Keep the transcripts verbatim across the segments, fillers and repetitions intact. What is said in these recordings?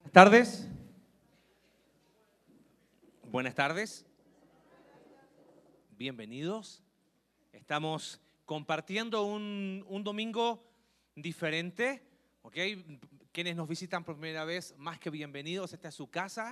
Tardes. Buenas tardes. Bienvenidos. Estamos compartiendo un, un domingo diferente, ¿ok? Quienes nos visitan por primera vez, más que bienvenidos. Esta es su casa.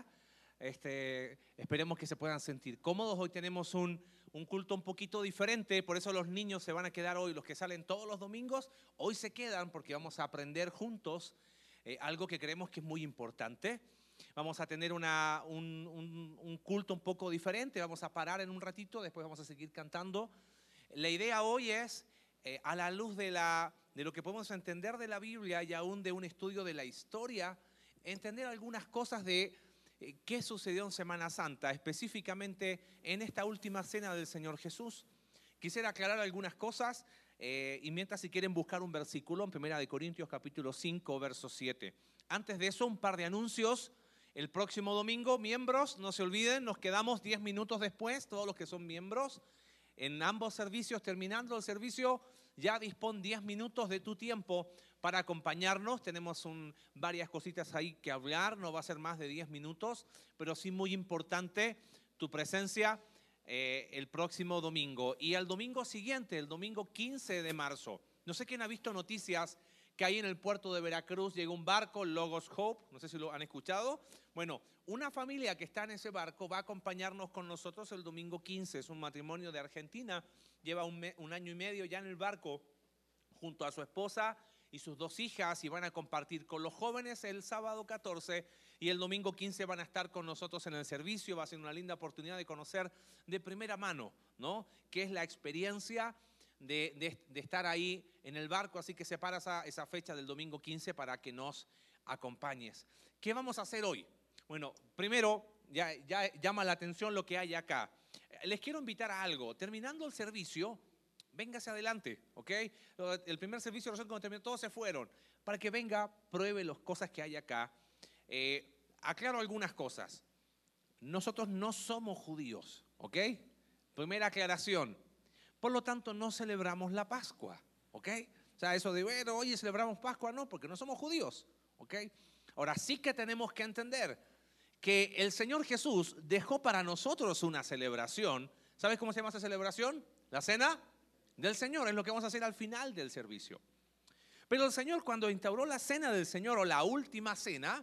Este, esperemos que se puedan sentir cómodos. Hoy tenemos un, un culto un poquito diferente, por eso los niños se van a quedar hoy. Los que salen todos los domingos, hoy se quedan porque vamos a aprender juntos eh, algo que creemos que es muy importante. Vamos a tener una, un, un, un culto un poco diferente. Vamos a parar en un ratito, después vamos a seguir cantando. La idea hoy es, eh, a la luz de, la, de lo que podemos entender de la Biblia y aún de un estudio de la historia, entender algunas cosas de eh, qué sucedió en Semana Santa, específicamente en esta última cena del Señor Jesús. Quisiera aclarar algunas cosas eh, y mientras si quieren buscar un versículo en Primera de Corintios capítulo cinco, verso siete. Antes de eso, un par de anuncios. El próximo domingo, miembros, no se olviden, nos quedamos diez minutos después, todos los que son miembros. En ambos servicios, terminando el servicio, ya dispón diez minutos de tu tiempo para acompañarnos. Tenemos un, varias cositas ahí que hablar, no va a ser más de diez minutos, pero sí muy importante tu presencia eh, el próximo domingo. Y el domingo siguiente, el domingo quince de marzo, no sé quién ha visto noticias que ahí en el puerto de Veracruz llegó un barco, Logos Hope, no sé si lo han escuchado. Bueno, una familia que está en ese barco va a acompañarnos con nosotros el domingo quince. Es un matrimonio de Argentina, lleva un, me, un año y medio ya en el barco junto a su esposa y sus dos hijas, y van a compartir con los jóvenes el sábado catorce y el domingo quince van a estar con nosotros en el servicio. Va a ser una linda oportunidad de conocer de primera mano, ¿no?, qué es la experiencia De, de, de estar ahí en el barco, así que separa esa, esa fecha del domingo quince para que nos acompañes. ¿Qué vamos a hacer hoy? Bueno, primero, ya, ya llama la atención lo que hay acá. Les quiero invitar a algo. Terminando el servicio, véngase adelante, ¿ok? El primer servicio, cuando terminó, todos se fueron. Para que venga, pruebe las cosas que hay acá. Eh, aclaro algunas cosas. Nosotros no somos judíos, ¿ok? Primera aclaración. Por lo tanto, no celebramos la Pascua, ¿ok? O sea, eso de, bueno, oye, celebramos Pascua, no, porque no somos judíos, ¿ok? Ahora sí que tenemos que entender que el Señor Jesús dejó para nosotros una celebración. ¿Sabes cómo se llama esa celebración? La Cena del Señor, es lo que vamos a hacer al final del servicio. Pero el Señor, cuando instauró la Cena del Señor, o la última cena,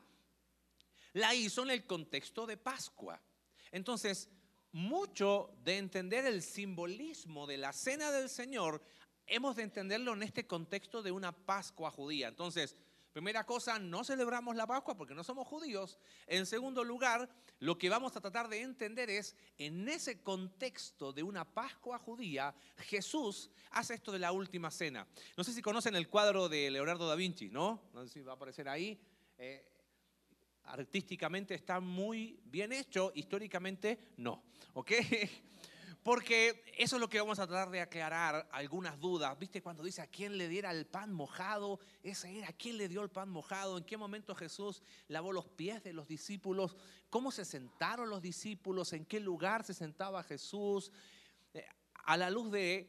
la hizo en el contexto de Pascua. Entonces, mucho de entender el simbolismo de la Cena del Señor, hemos de entenderlo en este contexto de una Pascua judía. Entonces, primera cosa, no celebramos la Pascua porque no somos judíos. En segundo lugar, lo que vamos a tratar de entender es, en ese contexto de una Pascua judía, Jesús hace esto de la última cena. No sé si conocen el cuadro de Leonardo da Vinci, ¿no? No sé si va a aparecer ahí. Eh, Artísticamente está muy bien hecho, históricamente no, ¿ok? Porque eso es lo que vamos a tratar de aclarar, algunas dudas. ¿Viste cuando dice a quién le diera el pan mojado? Ese era, ¿a quién le dio el pan mojado? ¿En qué momento Jesús lavó los pies de los discípulos? ¿Cómo se sentaron los discípulos? ¿En qué lugar se sentaba Jesús? A la luz de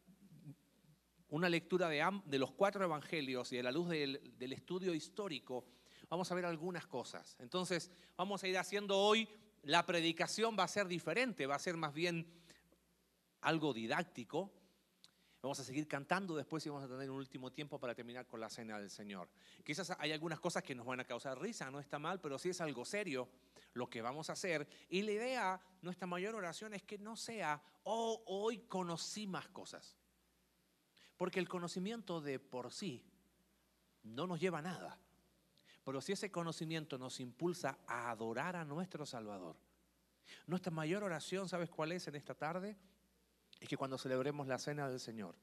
una lectura de, de los cuatro evangelios y a la luz del, del estudio histórico, vamos a ver algunas cosas. Entonces, vamos a ir haciendo hoy, la predicación va a ser diferente, va a ser más bien algo didáctico. Vamos a seguir cantando después y vamos a tener un último tiempo para terminar con la Cena del Señor. Quizás hay algunas cosas que nos van a causar risa, no está mal, pero sí es algo serio lo que vamos a hacer. Y la idea, nuestra mayor oración es que no sea, oh, hoy conocí más cosas. Porque el conocimiento de por sí no nos lleva a nada. Pero si ese conocimiento nos impulsa a adorar a nuestro Salvador, nuestra mayor oración, ¿sabes cuál es en esta tarde? Es que cuando celebremos la Cena del Señor,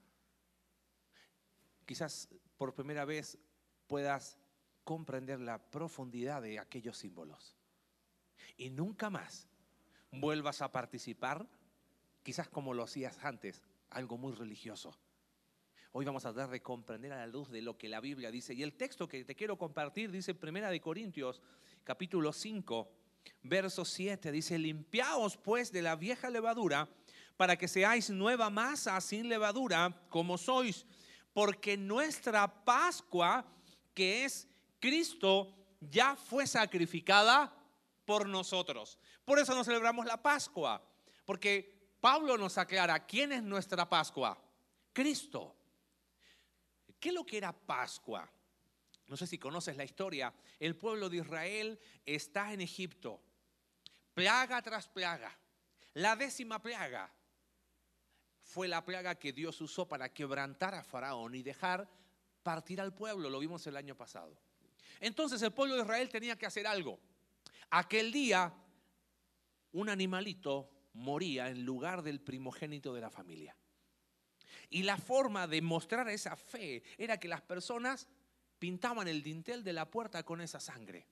quizás por primera vez puedas comprender la profundidad de aquellos símbolos. Y nunca más vuelvas a participar, quizás como lo hacías antes, algo muy religioso. Hoy vamos a tratar de comprender a la luz de lo que la Biblia dice. Y el texto que te quiero compartir dice en Primera de Corintios, capítulo cinco, verso siete. Dice, limpiaos pues de la vieja levadura, para que seáis nueva masa sin levadura, como sois. Porque nuestra Pascua, que es Cristo, ya fue sacrificada por nosotros. Por eso nos celebramos la Pascua, porque Pablo nos aclara, ¿quién es nuestra Pascua? Cristo. ¿Qué es lo que era Pascua? No sé si conoces la historia. El pueblo de Israel está en Egipto, plaga tras plaga. La décima plaga fue la plaga que Dios usó para quebrantar a Faraón y dejar partir al pueblo. Lo vimos el año pasado. Entonces el pueblo de Israel tenía que hacer algo. Aquel día un animalito moría en lugar del primogénito de la familia. Y la forma de mostrar esa fe era que las personas pintaban el dintel de la puerta con esa sangre.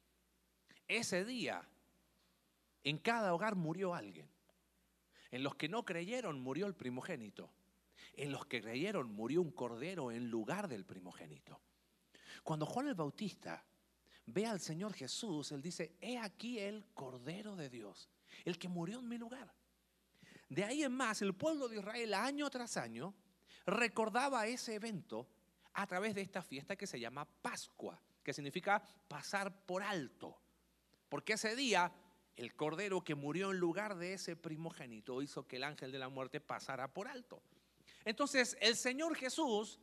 Ese día en cada hogar murió alguien. En los que no creyeron murió el primogénito. En los que creyeron murió un cordero en lugar del primogénito. Cuando Juan el Bautista ve al Señor Jesús, él dice, he aquí el Cordero de Dios, el que murió en mi lugar. De ahí en más, el pueblo de Israel año tras año recordaba ese evento a través de esta fiesta que se llama Pascua, que significa pasar por alto. Porque ese día el cordero que murió en lugar de ese primogénito hizo que el ángel de la muerte pasara por alto. Entonces el Señor Jesús,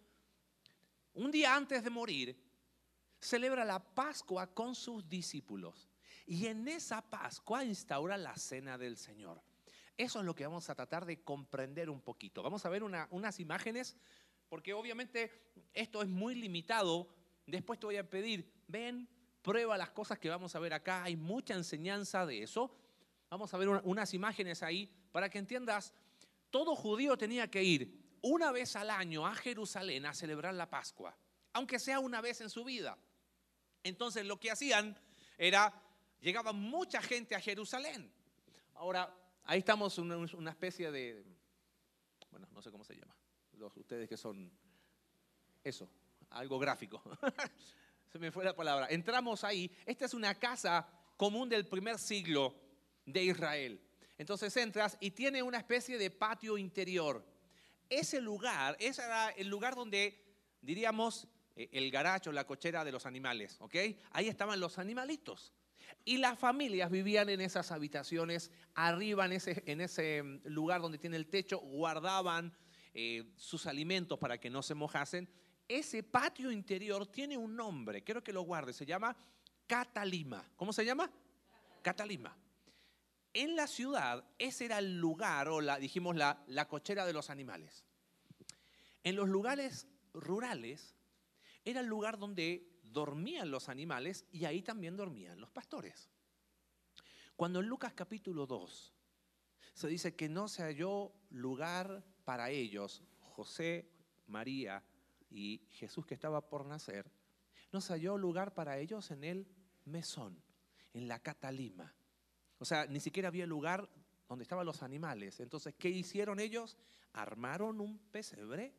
un día antes de morir, celebra la Pascua con sus discípulos. Y en esa Pascua instaura la cena del Señor. Eso es lo que vamos a tratar de comprender un poquito. Vamos a ver una, unas imágenes, porque obviamente esto es muy limitado. Después te voy a pedir, ven, prueba las cosas que vamos a ver acá. Hay mucha enseñanza de eso. Vamos a ver una, unas imágenes ahí para que entiendas. Todo judío tenía que ir una vez al año a Jerusalén a celebrar la Pascua, aunque sea una vez en su vida. Entonces lo que hacían era, llegaba mucha gente a Jerusalén. Ahora, ahí estamos una, una especie de, bueno, no sé cómo se llama, los, ustedes que son, eso, algo gráfico. Se me fue la palabra. Entramos ahí. Esta es una casa común del primer siglo de Israel. Entonces entras y tiene una especie de patio interior. Ese lugar, ese era el lugar donde, diríamos, el garaje, la cochera de los animales, ¿ok? Ahí estaban los animalitos. Y las familias vivían en esas habitaciones, arriba en ese, en ese lugar donde tiene el techo, guardaban eh, sus alimentos para que no se mojasen. Ese patio interior tiene un nombre, quiero que lo guarde, se llama Catalima. ¿Cómo se llama? Catalima. En la ciudad, ese era el lugar, o la, dijimos la, la cochera de los animales. En los lugares rurales, era el lugar donde dormían los animales y ahí también dormían los pastores. Cuando en Lucas capítulo dos se dice que no se halló lugar para ellos, José, María y Jesús que estaba por nacer, no se halló lugar para ellos en el mesón, en la Catalima. O sea, ni siquiera había lugar donde estaban los animales. Entonces, ¿qué hicieron ellos? Armaron un pesebre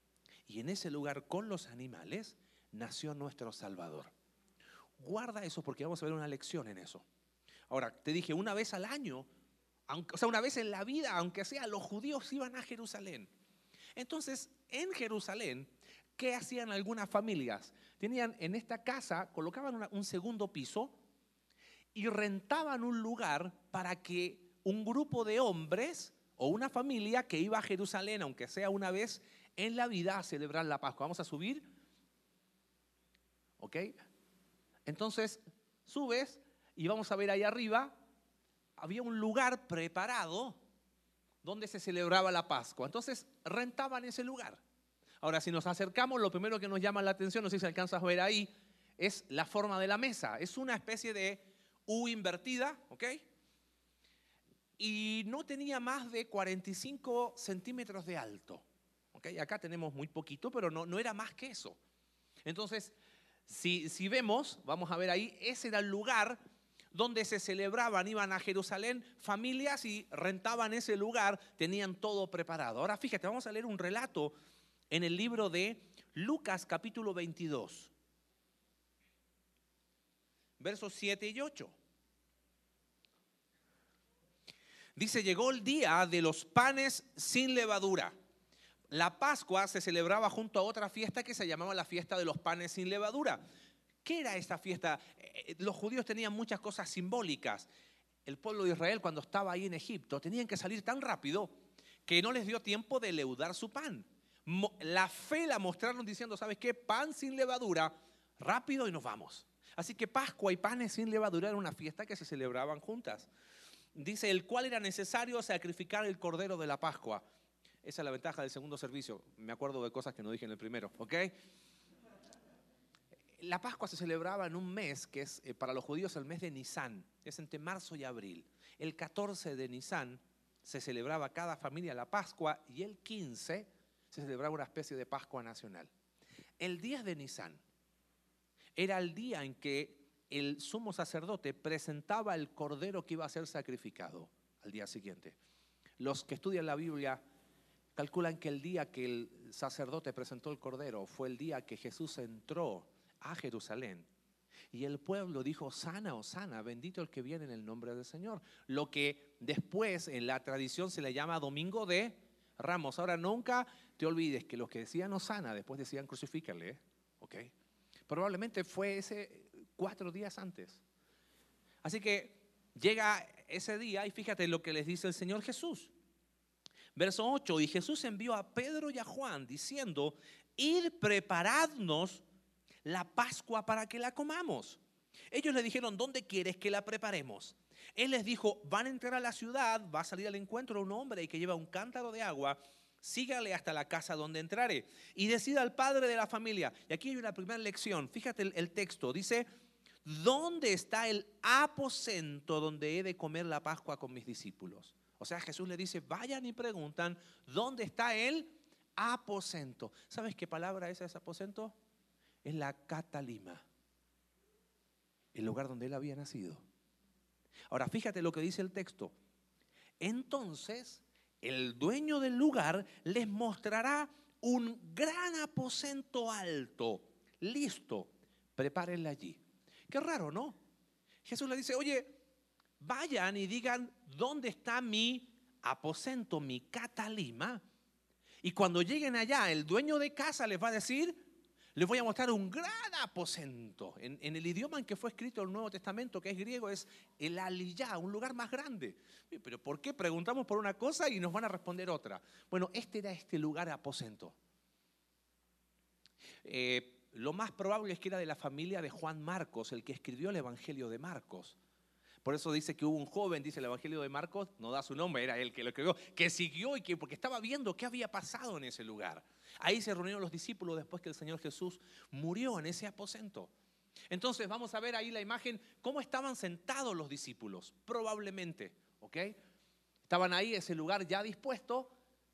y en ese lugar con los animales nació nuestro Salvador. Guarda eso porque vamos a ver una lección en eso. Ahora, te dije, una vez al año, aunque, o sea, una vez en la vida, aunque sea, los judíos iban a Jerusalén. Entonces, en Jerusalén, ¿qué hacían algunas familias? Tenían en esta casa, colocaban una, un segundo piso y rentaban un lugar para que un grupo de hombres o una familia que iba a Jerusalén, aunque sea una vez en la vida, a celebrar la Pascua. Vamos a subir. ¿Ok? Entonces, subes y vamos a ver ahí arriba, había un lugar preparado donde se celebraba la Pascua. Entonces, rentaban ese lugar. Ahora, si nos acercamos, lo primero que nos llama la atención, no sé si alcanzas a ver ahí, es la forma de la mesa. Es una especie de U invertida, ¿ok? Y no tenía más de cuarenta y cinco centímetros de alto. ¿Ok? Acá tenemos muy poquito, pero no, no era más que eso. Entonces, si, si vemos, vamos a ver ahí, ese era el lugar donde se celebraban, iban a Jerusalén familias y rentaban ese lugar, tenían todo preparado. Ahora fíjate, vamos a leer un relato en el libro de Lucas capítulo veintidós, versos siete y ocho. Dice, llegó el día de los panes sin levadura. La Pascua se celebraba junto a otra fiesta que se llamaba la fiesta de los panes sin levadura, ¿Qué era esta fiesta? Eh, Los judíos tenían muchas cosas simbólicas. El pueblo de Israel, cuando estaba ahí en Egipto, tenían que salir tan rápido que no les dio tiempo de leudar su pan. La fe la mostraron diciendo, ¿sabes qué? Pan sin levadura, rápido y nos vamos. Así que Pascua y panes sin levadura era una fiesta que se celebraban juntas. Dice, el cual era necesario sacrificar el cordero de la Pascua. Esa es la ventaja del segundo servicio. Me acuerdo de cosas que no dije en el primero, ¿ok? La Pascua se celebraba en un mes que es eh, para los judíos el mes de Nisán. Es entre marzo y abril. El catorce de Nisán se celebraba cada familia la Pascua y el quince se celebraba una especie de Pascua nacional. El diez de Nisán era el día en que el sumo sacerdote presentaba el cordero que iba a ser sacrificado al día siguiente. Los que estudian la Biblia calculan que el día que el sacerdote presentó el cordero fue el día que Jesús entró a Jerusalén y el pueblo dijo, sana, Hosana, bendito el que viene en el nombre del Señor. Lo que después en la tradición se le llama Domingo de Ramos. Ahora nunca te olvides que los que decían Hosana después decían crucifícale, ¿eh? ¿Ok? Probablemente fue ese cuatro días antes. Así que llega ese día y fíjate lo que les dice el Señor Jesús. Verso ocho, y Jesús envió a Pedro y a Juan diciendo, id, preparadnos la Pascua para que la comamos. Ellos le dijeron, ¿dónde quieres que la preparemos? Él les dijo, van a entrar a la ciudad, va a salir al encuentro un hombre que lleva un cántaro de agua, sígale hasta la casa donde entrare y decida al padre de la familia. Y aquí hay una primera lección, fíjate el, el texto, dice, ¿dónde está el aposento donde he de comer la Pascua con mis discípulos? O sea, Jesús le dice, vayan y preguntan, ¿dónde está el aposento? ¿Sabes qué palabra es ese aposento? Es la Catalima, el lugar donde él había nacido. Ahora, fíjate lo que dice el texto. Entonces, el dueño del lugar les mostrará un gran aposento alto, listo, prepárenle allí. Qué raro, ¿no? Jesús le dice, oye, vayan y digan, ¿dónde está mi aposento, mi Catalima? Y cuando lleguen allá, el dueño de casa les va a decir, les voy a mostrar un gran aposento. En, en el idioma en que fue escrito el Nuevo Testamento, que es griego, es el aliyá, un lugar más grande. Pero ¿por qué preguntamos por una cosa y nos van a responder otra? Bueno, este era este lugar aposento. Eh, lo más probable es que era de la familia de Juan Marcos, el que escribió el Evangelio de Marcos. Por eso dice que hubo un joven, dice el Evangelio de Marcos, no da su nombre, era él que lo escribió, que siguió y que porque estaba viendo qué había pasado en ese lugar. Ahí se reunieron los discípulos después que el Señor Jesús murió en ese aposento. Entonces vamos a ver ahí la imagen, cómo estaban sentados los discípulos, probablemente, ¿ok? Estaban ahí, ese lugar ya dispuesto,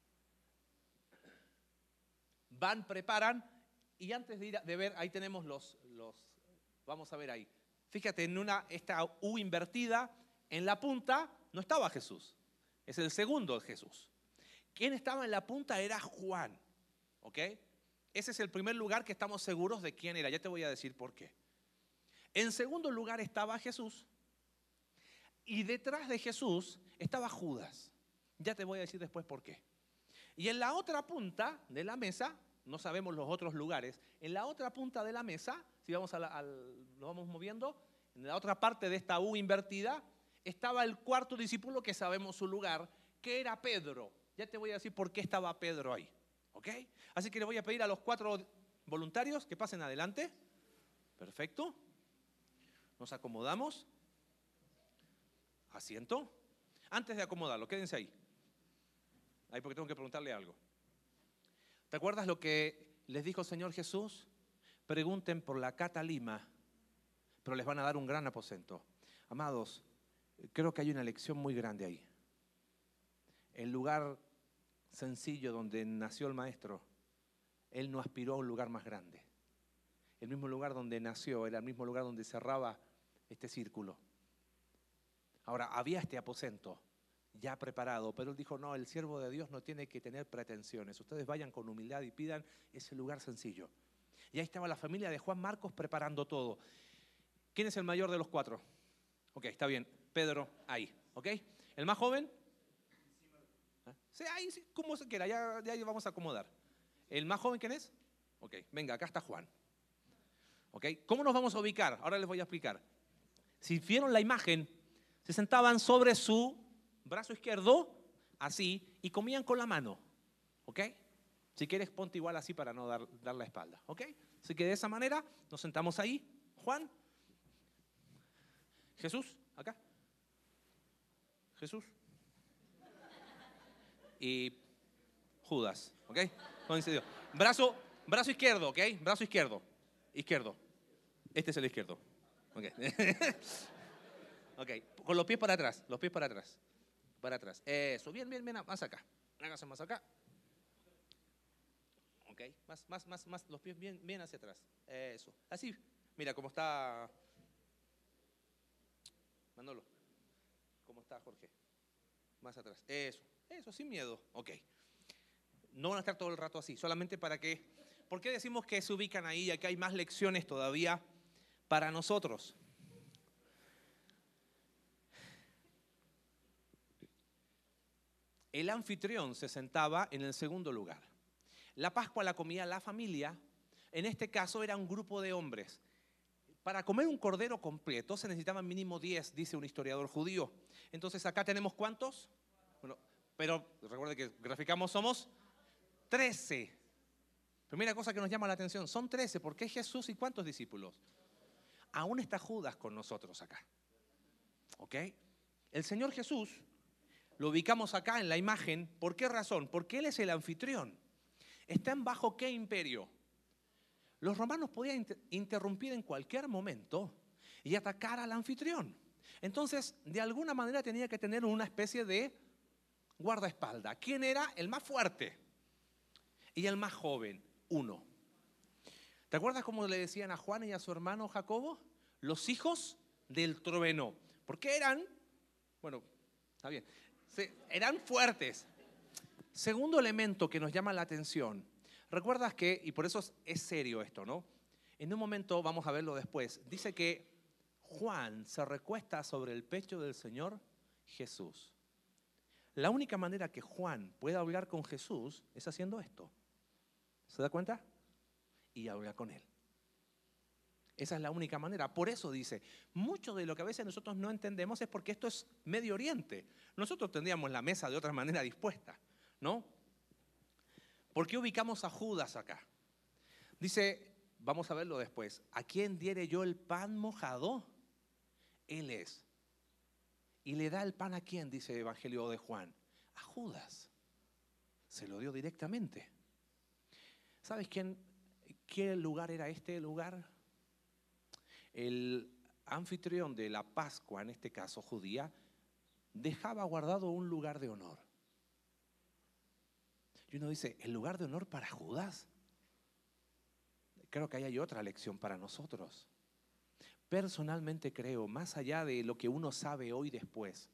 van, preparan, y antes de ir a, de ver, ahí tenemos los, los, vamos a ver ahí. Fíjate, en una, esta U invertida, en la punta no estaba Jesús. Es el segundo Jesús. Quien estaba en la punta era Juan. ¿Ok? Ese es el primer lugar que estamos seguros de quién era. Ya te voy a decir por qué. En segundo lugar estaba Jesús. Y detrás de Jesús estaba Judas. Ya te voy a decir después por qué. Y en la otra punta de la mesa, no sabemos los otros lugares, en la otra punta de la mesa, si vamos a la, al, nos vamos moviendo, en la otra parte de esta U invertida, estaba el cuarto discípulo que sabemos su lugar, que era Pedro. Ya te voy a decir por qué estaba Pedro ahí. ¿Ok? Así que le voy a pedir a los cuatro voluntarios que pasen adelante. Perfecto. Nos acomodamos. Asiento. Antes de acomodarlo, quédense ahí. Ahí porque tengo que preguntarle algo. ¿Te acuerdas lo que les dijo el Señor Jesús? Pregunten por la Catalima, pero les van a dar un gran aposento. Amados, creo que hay una lección muy grande ahí. El lugar sencillo donde nació el Maestro, Él no aspiró a un lugar más grande. El mismo lugar donde nació era el mismo lugar donde cerraba este círculo. Ahora, había este aposento ya preparado, pero Él dijo, no, el siervo de Dios no tiene que tener pretensiones. Ustedes vayan con humildad y pidan ese lugar sencillo. Y ahí estaba la familia de Juan Marcos preparando todo. ¿Quién es el mayor de los cuatro? Ok, está bien. Pedro, ahí. ¿Ok? ¿El más joven? ¿Eh? Sí, ahí, sí, como se quiera, ya, ya vamos a acomodar. ¿El más joven quién es? Ok, venga, acá está Juan. ¿Ok? ¿Cómo nos vamos a ubicar? Ahora les voy a explicar. Si vieron la imagen, se sentaban sobre su brazo izquierdo, así, y comían con la mano. ¿Ok? Si quieres, ponte igual así para no dar, dar la espalda. ¿Ok? Así que de esa manera nos sentamos ahí. Juan. Jesús, acá. Jesús. Y Judas. ¿Ok? Coincidió. Brazo, brazo izquierdo, ¿ok? Brazo izquierdo. Izquierdo. Este es el izquierdo. Ok. Ok. Con los pies para atrás. Los pies para atrás. Para atrás. Eso. Bien, bien, bien. Más acá. Hágase más acá. Ok. Más, más, más, más. Los pies bien, bien hacia atrás. Eso. Así. Mira cómo está Manolo. ¿Cómo está Jorge? Más atrás. Eso. Eso, sin miedo. Ok. No van a estar todo el rato así. Solamente para que... ¿Por qué decimos que se ubican ahí? Aquí hay más lecciones todavía para nosotros. El anfitrión se sentaba en el segundo lugar. La Pascua la comía la familia. En este caso era un grupo de hombres. Para comer un cordero completo se necesitaban mínimo diez, dice un historiador judío. Entonces acá tenemos ¿cuántos? Bueno, pero recuerden que graficamos somos trece. Primera cosa que nos llama la atención, son trece. ¿Por qué Jesús y cuántos discípulos? Aún está Judas con nosotros acá. ¿Ok? El Señor Jesús lo ubicamos acá en la imagen. ¿Por qué razón? Porque Él es el anfitrión. ¿Están bajo qué imperio? Los romanos podían inter- interrumpir en cualquier momento y atacar al anfitrión. Entonces, de alguna manera tenía que tener una especie de guardaespaldas. ¿Quién era el más fuerte? Y el más joven, uno. ¿Te acuerdas cómo le decían a Juan y a su hermano Jacobo? Los hijos del trueno. Porque eran, bueno, está bien, se- eran fuertes. Segundo elemento que nos llama la atención. Recuerdas que, y por eso es, es serio esto, ¿no? En un momento, vamos a verlo después, dice que Juan se recuesta sobre el pecho del Señor Jesús. La única manera que Juan pueda hablar con Jesús es haciendo esto. ¿Se da cuenta? Y habla con él. Esa es la única manera. Por eso dice, mucho de lo que a veces nosotros no entendemos es porque esto es Medio Oriente. Nosotros tendríamos la mesa de otra manera dispuesta, ¿no? ¿Por qué ubicamos a Judas acá? Dice, vamos a verlo después, ¿a quién diere yo el pan mojado? Él es. ¿Y le da el pan a quién? Dice el Evangelio de Juan. A Judas. Se lo dio directamente. ¿Sabes quién, qué lugar era este lugar? El anfitrión de la Pascua, en este caso judía, dejaba guardado un lugar de honor. Y uno dice, ¿el lugar de honor para Judas? Creo que ahí hay otra lección para nosotros. Personalmente creo, más allá de lo que uno sabe hoy después,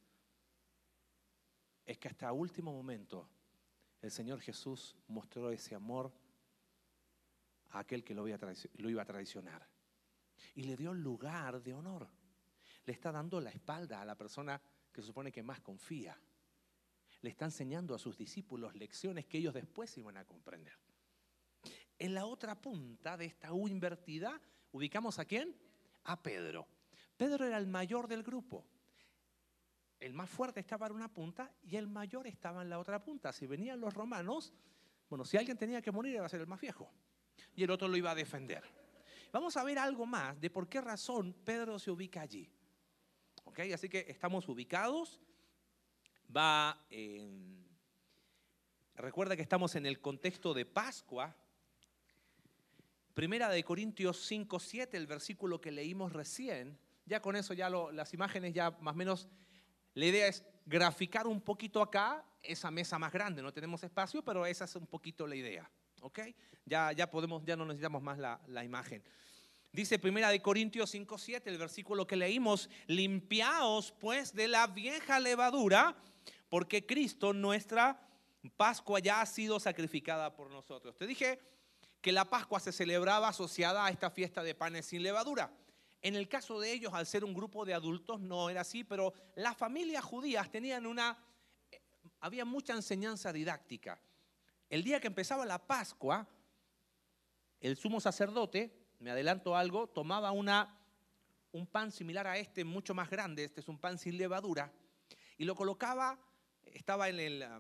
es que hasta último momento el Señor Jesús mostró ese amor a aquel que lo iba a traici- lo iba a traicionar. Y le dio lugar de honor. Le está dando la espalda a la persona que se supone que más confía. Le está enseñando a sus discípulos lecciones que ellos después iban a comprender. En la otra punta de esta U invertida, ¿ubicamos a quién? A Pedro. Pedro era el mayor del grupo. El más fuerte estaba en una punta y el mayor estaba en la otra punta. Si venían los romanos, bueno, si alguien tenía que morir iba a ser el más viejo. Y el otro lo iba a defender. Vamos a ver algo más de por qué razón Pedro se ubica allí. ¿Ok? Así que estamos ubicados. Va en... Recuerda que estamos en el contexto de Pascua. Primera de Corintios cinco, siete, el versículo que leímos recién. Ya con eso, ya lo, las imágenes ya más o menos, la idea es graficar un poquito acá esa mesa más grande. No tenemos espacio, pero esa es un poquito la idea. ¿Ok? Ya, ya podemos, ya no necesitamos más la, la imagen. Dice Primera de Corintios cinco, siete, el versículo que leímos, limpiaos pues de la vieja levadura, porque Cristo, nuestra Pascua, ya ha sido sacrificada por nosotros. Te dije que la Pascua se celebraba asociada a esta fiesta de panes sin levadura. En el caso de ellos, al ser un grupo de adultos, no era así, pero las familias judías tenían una, había mucha enseñanza didáctica. El día que empezaba la Pascua, el sumo sacerdote me adelanto algo, tomaba una, un pan similar a este, mucho más grande, este es un pan sin levadura, y lo colocaba, estaba en el,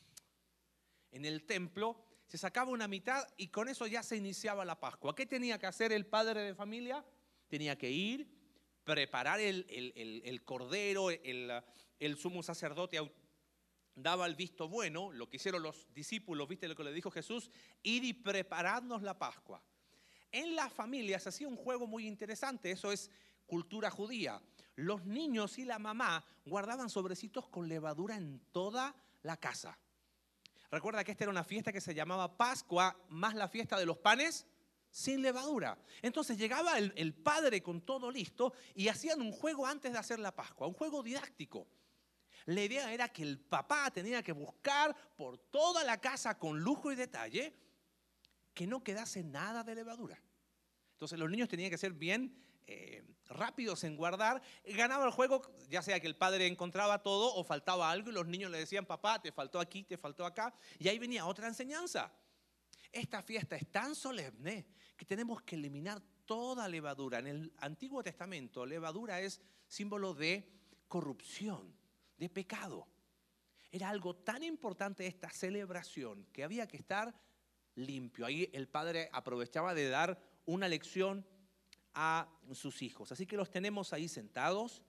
en el templo, se sacaba una mitad y con eso ya se iniciaba la Pascua. ¿Qué tenía que hacer el padre de familia? Tenía que ir, preparar el, el, el, el cordero, el, el sumo sacerdote daba el visto bueno, lo que hicieron los discípulos, ¿viste lo que le dijo Jesús? Ir y prepararnos la Pascua. En las familias se hacía un juego muy interesante, eso es cultura judía. Los niños y la mamá guardaban sobrecitos con levadura en toda la casa. Recuerda que esta era una fiesta que se llamaba Pascua, más la fiesta de los panes sin levadura. Entonces llegaba el, el padre con todo listo y hacían un juego antes de hacer la Pascua, un juego didáctico. La idea era que el papá tenía que buscar por toda la casa con lujo y detalle que no quedase nada de levadura. Entonces los niños tenían que ser bien eh, rápidos en guardar. Ganaba el juego, ya sea que el padre encontraba todo o faltaba algo y los niños le decían, papá, te faltó aquí, te faltó acá. Y ahí venía otra enseñanza. Esta fiesta es tan solemne que tenemos que eliminar toda levadura. En el Antiguo Testamento, levadura es símbolo de corrupción, de pecado. Era algo tan importante esta celebración que había que estar limpio. Ahí el padre aprovechaba de dar una lección a sus hijos. Así que los tenemos ahí sentados,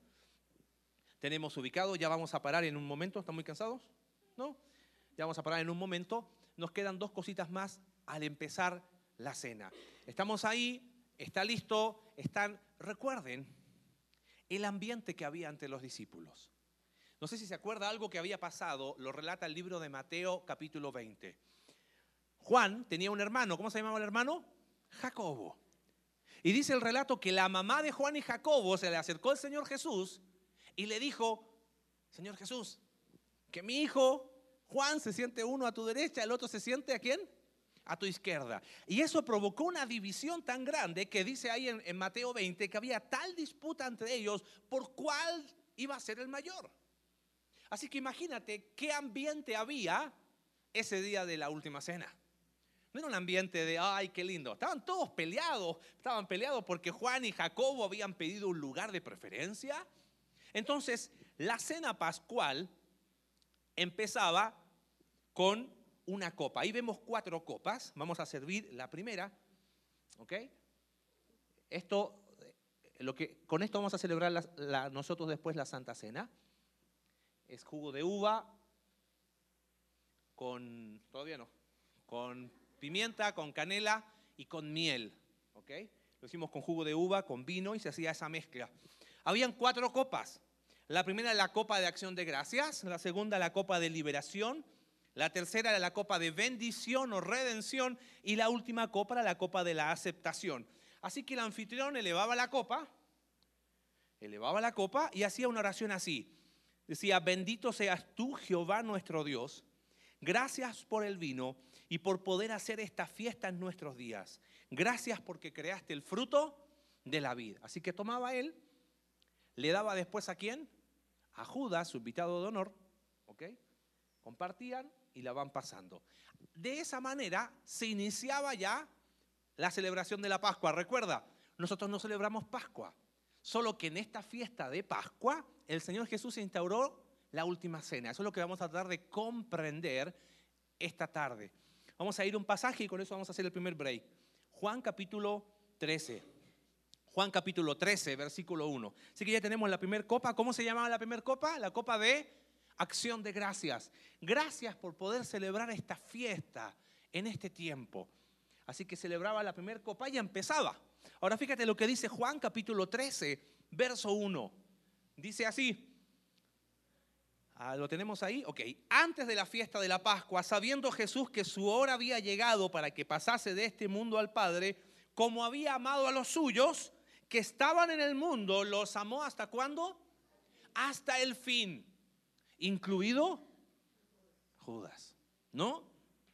tenemos ubicados, ya vamos a parar en un momento. ¿Están muy cansados? ¿No? Ya vamos a parar en un momento. Nos quedan dos cositas más al empezar la cena. Estamos ahí, está listo, están, recuerden el ambiente que había ante los discípulos. No sé si se acuerda algo que había pasado, lo relata el libro de Mateo capítulo veinte. Juan tenía un hermano, ¿cómo se llamaba el hermano? Jacobo. Y dice el relato que la mamá de Juan y Jacobo se le acercó al Señor Jesús y le dijo, Señor Jesús, que mi hijo Juan se siente uno a tu derecha, el otro se siente ¿a quién? A tu izquierda. Y eso provocó una división tan grande que dice ahí en, en Mateo veinte que había tal disputa entre ellos por cuál iba a ser el mayor. Así que imagínate qué ambiente había ese día de la última cena. No era un ambiente de, ay, qué lindo. Estaban todos peleados. Estaban peleados porque Juan y Jacobo habían pedido un lugar de preferencia. Entonces, la cena pascual empezaba con una copa. Ahí vemos cuatro copas. Vamos a servir la primera. ¿Ok? Esto, lo que, con esto vamos a celebrar la, la, nosotros después la Santa Cena. Es jugo de uva con, todavía no, con pimienta, con canela y con miel, ¿ok? Lo hicimos con jugo de uva, con vino y se hacía esa mezcla. Habían cuatro copas. La primera era la copa de acción de gracias, la segunda la copa de liberación, la tercera era la copa de bendición o redención y la última copa era la copa de la aceptación. Así que el anfitrión elevaba la copa, elevaba la copa y hacía una oración así. Decía, bendito seas tú, Jehová nuestro Dios, gracias por el vino y por poder hacer esta fiesta en nuestros días. Gracias porque creaste el fruto de la vid. Así que tomaba él, le daba después ¿a quién? A Judas, su invitado de honor, ¿ok? Compartían y la van pasando. De esa manera se iniciaba ya la celebración de la Pascua. Recuerda, nosotros no celebramos Pascua. Solo que en esta fiesta de Pascua, el Señor Jesús instauró la última cena. Eso es lo que vamos a tratar de comprender esta tarde. Vamos a ir a un pasaje y con eso vamos a hacer el primer break. Juan capítulo trece. Juan capítulo trece, versículo uno. Así que ya tenemos la primera copa. ¿Cómo se llamaba la primera copa? La copa de acción de gracias. Gracias por poder celebrar esta fiesta en este tiempo. Así que celebraba la primera copa y empezaba. Ahora fíjate lo que dice Juan capítulo trece, verso uno. Dice así. Ah, ¿lo tenemos ahí? Ok. Antes de la fiesta de la Pascua, sabiendo Jesús que su hora había llegado para que pasase de este mundo al Padre, como había amado a los suyos que estaban en el mundo, los amó ¿hasta cuándo? Hasta el fin. Incluido Judas, ¿no?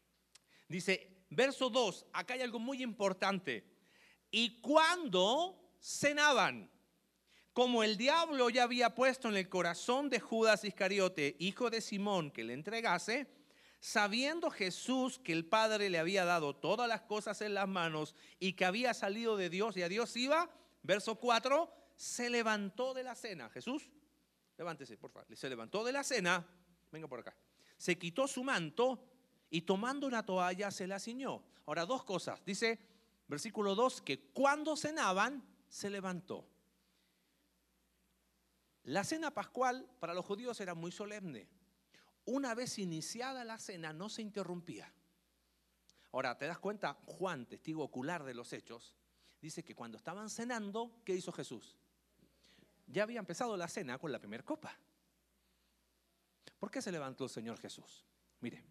Dice, verso dos, acá hay algo muy importante. Y cuando cenaban, como el diablo ya había puesto en el corazón de Judas Iscariote, hijo de Simón, que le entregase, Sabiendo Jesús que el Padre le había dado todas las cosas en las manos y que había salido de Dios y a Dios iba, verso cuatro, se levantó de la cena. Jesús, levántese, por favor. Se levantó de la cena, venga por acá. Se quitó su manto y tomando una toalla se la ciñó. Ahora, dos cosas. Dice, versículo dos, que cuando cenaban, se levantó. La cena pascual para los judíos era muy solemne. Una vez iniciada la cena no se interrumpía. Ahora, ¿te das cuenta? Juan, testigo ocular de los hechos, dice que cuando estaban cenando, ¿qué hizo Jesús? Ya había empezado la cena con la primera copa. ¿Por qué se levantó el Señor Jesús? Mire,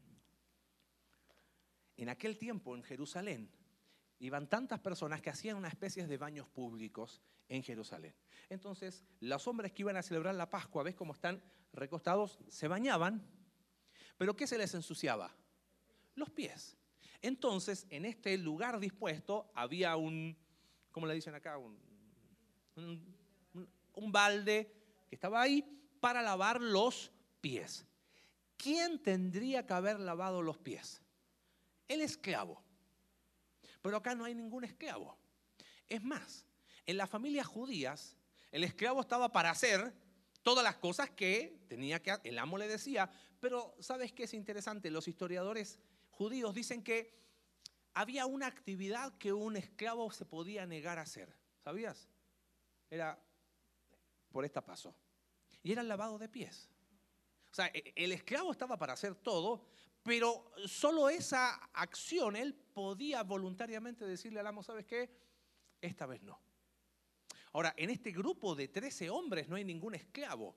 en aquel tiempo en Jerusalén iban tantas personas que hacían una especie de baños públicos en Jerusalén. Entonces, los hombres que iban a celebrar la Pascua, ¿ves cómo están recostados? Se bañaban, pero ¿qué se les ensuciaba? Los pies. Entonces, en este lugar dispuesto había un, ¿cómo le dicen acá? Un, un, un, un balde que estaba ahí para lavar los pies. ¿Quién tendría que haber lavado los pies? El esclavo. Pero acá no hay ningún esclavo. Es más, en las familias judías, el esclavo estaba para hacer todas las cosas que tenía que hacer. El amo le decía, pero ¿sabes qué es interesante? Los historiadores judíos dicen que había una actividad que un esclavo se podía negar a hacer. ¿Sabías? Era por esta paso. Y era el lavado de pies. O sea, el esclavo estaba para hacer todo, pero solo esa acción él podía voluntariamente decirle al amo, ¿sabes qué? Esta vez no. Ahora, en este grupo de trece hombres no hay ningún esclavo.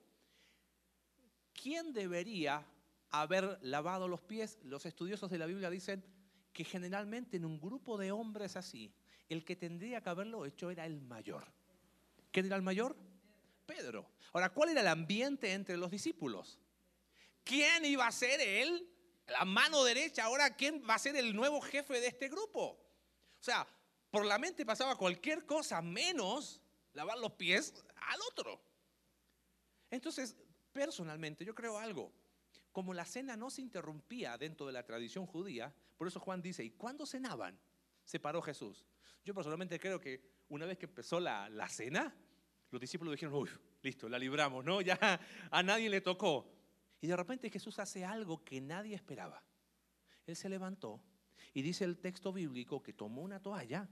¿Quién debería haber lavado los pies? Los estudiosos de la Biblia dicen que generalmente en un grupo de hombres así, el que tendría que haberlo hecho era el mayor. ¿Quién era el mayor? Pedro. Ahora, ¿cuál era el ambiente entre los discípulos? ¿Quién iba a ser él? La mano derecha. Ahora, ¿quién va a ser el nuevo jefe de este grupo? O sea, por la mente pasaba cualquier cosa menos lavar los pies al otro. Entonces, personalmente, yo creo algo. Como la cena no se interrumpía dentro de la tradición judía, por eso Juan dice, ¿y cuándo cenaban? Se paró Jesús. Yo personalmente creo que una vez que empezó la, la cena, los discípulos dijeron, uy, listo, la libramos, ¿no? Ya a nadie le tocó. Y de repente Jesús hace algo que nadie esperaba. Él se levantó y dice el texto bíblico que tomó una toalla.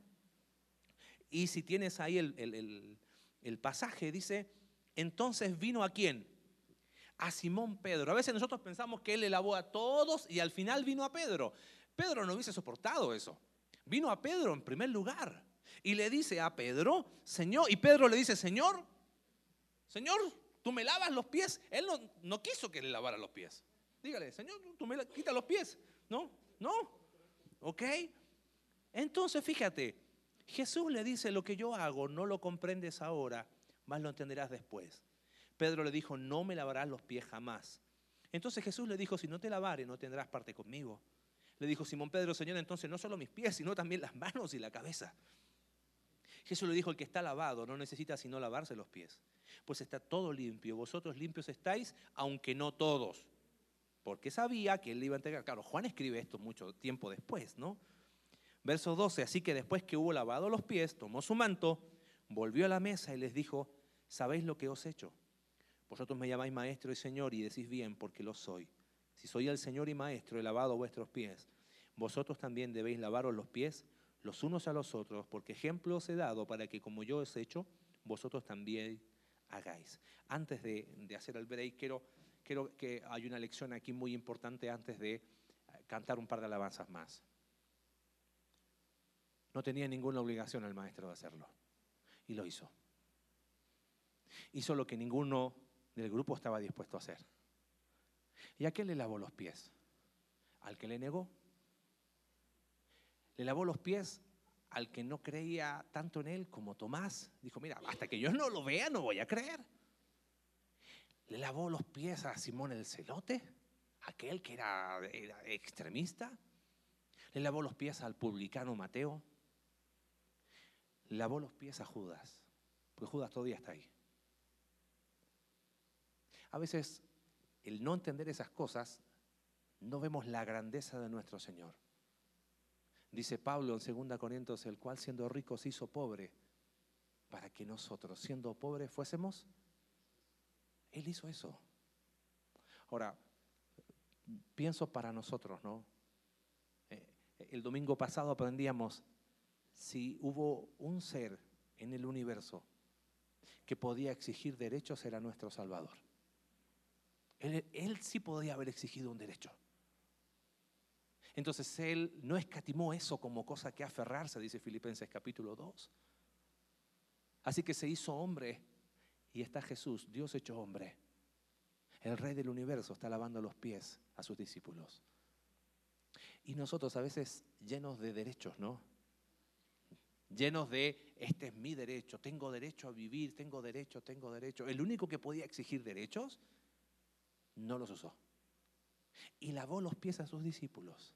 Y si tienes ahí el, el, el, el pasaje, dice, entonces vino ¿a quién? A Simón Pedro. A veces nosotros pensamos que él le lavó a todos y al final vino a Pedro. Pedro no hubiese soportado eso. Vino a Pedro en primer lugar y le dice a Pedro, Señor, y Pedro le dice, Señor, Señor, ¿tú me lavas los pies? Él no, no quiso que le lavara los pies. Dígale, Señor, ¿tú me quitas los pies? No, no, ok. Entonces fíjate, Jesús le dice, lo que yo hago no lo comprendes ahora, mas lo entenderás después. Pedro le dijo, no me lavarás los pies jamás. Entonces Jesús le dijo, si no te lavare, no tendrás parte conmigo. Le dijo Simón Pedro, Señor, entonces no solo mis pies, sino también las manos y la cabeza. Jesús le dijo, el que está lavado no necesita sino lavarse los pies, pues está todo limpio. Vosotros limpios estáis, aunque no todos. Porque sabía que él le iba a entregar. Claro, Juan escribe esto mucho tiempo después, ¿no? Verso doce, así que después que hubo lavado los pies, tomó su manto, volvió a la mesa y les dijo, ¿sabéis lo que os he hecho? Vosotros me llamáis maestro y señor y decís bien porque lo soy. Si soy el Señor y maestro, he lavado vuestros pies. Vosotros también debéis lavaros los pies los unos a los otros, porque ejemplo os he dado para que como yo os he hecho, vosotros también hagáis. Antes de, de hacer el break, quiero, quiero que hay una lección aquí muy importante antes de cantar un par de alabanzas más. No tenía ninguna obligación el maestro de hacerlo, y lo hizo. Hizo lo que ninguno del grupo estaba dispuesto a hacer. ¿Y a qué le lavó los pies? Al que le negó. Le lavó los pies al que no creía tanto en él como Tomás. Dijo, mira, hasta que yo no lo vea no voy a creer. Le lavó los pies a Simón el Celote, aquel que era, era extremista. Le lavó los pies al publicano Mateo. Le lavó los pies a Judas, porque Judas todavía está ahí. A veces el no entender esas cosas no vemos la grandeza de nuestro Señor. Dice Pablo en segunda Corintios, el cual siendo rico se hizo pobre, para que nosotros, siendo pobres, fuésemos. Él hizo eso. Ahora, pienso para nosotros, ¿no? Eh, el domingo pasado aprendíamos, si hubo un ser en el universo que podía exigir derechos, era nuestro Salvador. Él, él sí podía haber exigido un derecho. Entonces Él no escatimó eso como cosa que aferrarse, dice Filipenses capítulo dos. Así que se hizo hombre y está Jesús, Dios hecho hombre. El Rey del universo está lavando los pies a sus discípulos. Y nosotros a veces llenos de derechos, ¿no? Llenos de, este es mi derecho, tengo derecho a vivir, tengo derecho, tengo derecho. El único que podía exigir derechos, no los usó. Y lavó los pies a sus discípulos.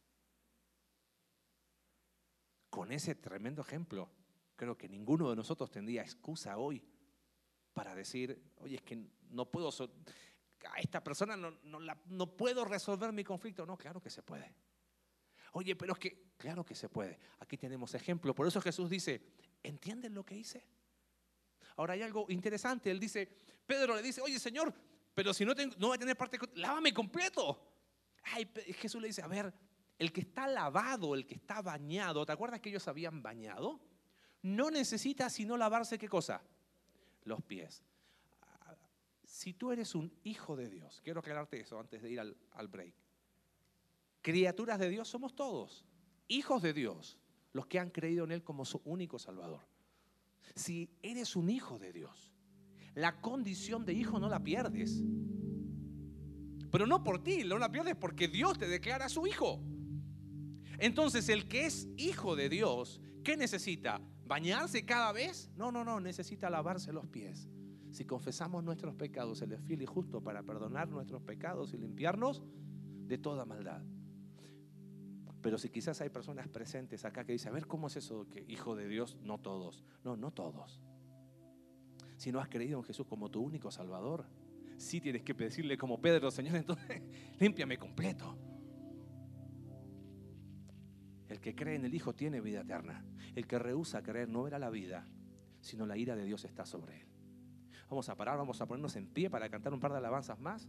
Con ese tremendo ejemplo, creo que ninguno de nosotros tendría excusa hoy para decir, oye, es que no puedo, a esta persona no, no, la, no puedo resolver mi conflicto. No, claro que se puede. Oye, pero es que, claro que se puede. Aquí tenemos ejemplo. Por eso Jesús dice, ¿entienden lo que hice? Ahora hay algo interesante. Él dice, Pedro le dice, oye, Señor, pero si no, tengo, no voy a tener parte, lávame completo. Ay, Jesús le dice, a ver, el que está lavado, el que está bañado, ¿te acuerdas que ellos habían bañado? No necesita sino lavarse, ¿qué cosa? Los pies. Si tú eres un hijo de Dios, quiero aclararte eso antes de ir al, al break. Criaturas de Dios somos todos, hijos de Dios, los que han creído en Él como su único Salvador. Si eres un hijo de Dios, la condición de hijo no la pierdes. Pero no por ti, no la pierdes porque Dios te declara su hijo. Entonces el que es hijo de Dios, ¿qué necesita? ¿Bañarse cada vez? No, no, no, necesita lavarse los pies. Si confesamos nuestros pecados, Él es fiel y justo para perdonar nuestros pecados y limpiarnos de toda maldad. Pero si quizás hay personas presentes acá que dicen, a ver, ¿cómo es eso que hijo de Dios? No todos. No, no todos. Si no has creído en Jesús como tu único Salvador, sí tienes que decirle como Pedro, Señor, entonces límpiame completo. El que cree en el Hijo tiene vida eterna. El que rehúsa creer no verá la vida, sino la ira de Dios está sobre él. Vamos a parar, vamos a ponernos en pie para cantar un par de alabanzas más.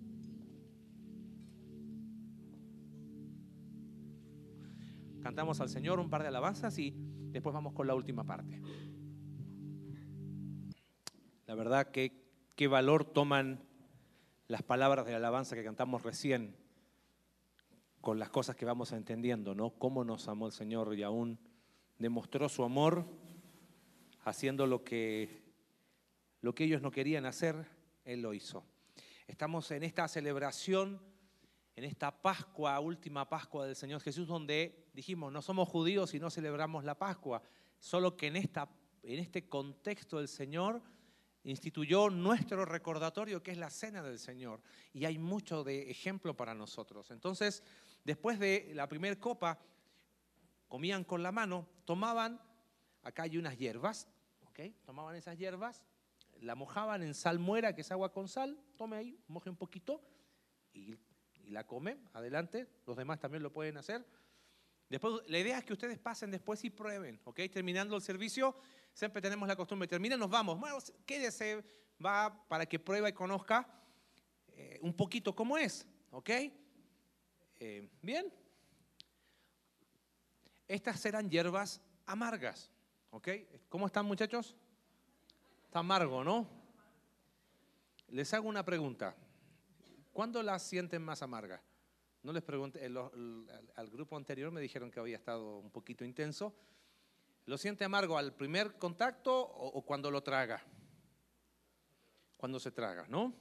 Cantamos al Señor un par de alabanzas y después vamos con la última parte. La verdad que qué valor toman las palabras de la alabanza que cantamos recién con las cosas que vamos entendiendo, ¿no? Cómo nos amó el Señor y aún demostró su amor haciendo lo que, lo que ellos no querían hacer, Él lo hizo. Estamos en esta celebración, en esta Pascua, última Pascua del Señor Jesús, donde dijimos, no somos judíos y no celebramos la Pascua, solo que en, esta, en este contexto el Señor instituyó nuestro recordatorio, que es la cena del Señor, y hay mucho de ejemplo para nosotros. Entonces, después de la primera copa, comían con la mano, tomaban, acá hay unas hierbas, ¿okay? Tomaban esas hierbas, la mojaban en salmuera, que es agua con sal, tome ahí, moje un poquito y, y la come, adelante, los demás también lo pueden hacer. Después, la idea es que ustedes pasen después y prueben, ¿ok? Terminando el servicio, siempre tenemos la costumbre, termina, nos vamos. Bueno, quédese, va para que prueba y conozca eh, un poquito cómo es, ¿ok? Eh, Bien. Estas serán hierbas amargas, ¿ok? ¿Cómo están, muchachos? Está amargo, ¿no? Les hago una pregunta. ¿Cuándo las sienten más amargas? No les pregunté, el, el, al grupo anterior me dijeron que había estado un poquito intenso. ¿Lo siente amargo al primer contacto o, o cuando lo traga? Cuando se traga, ¿no?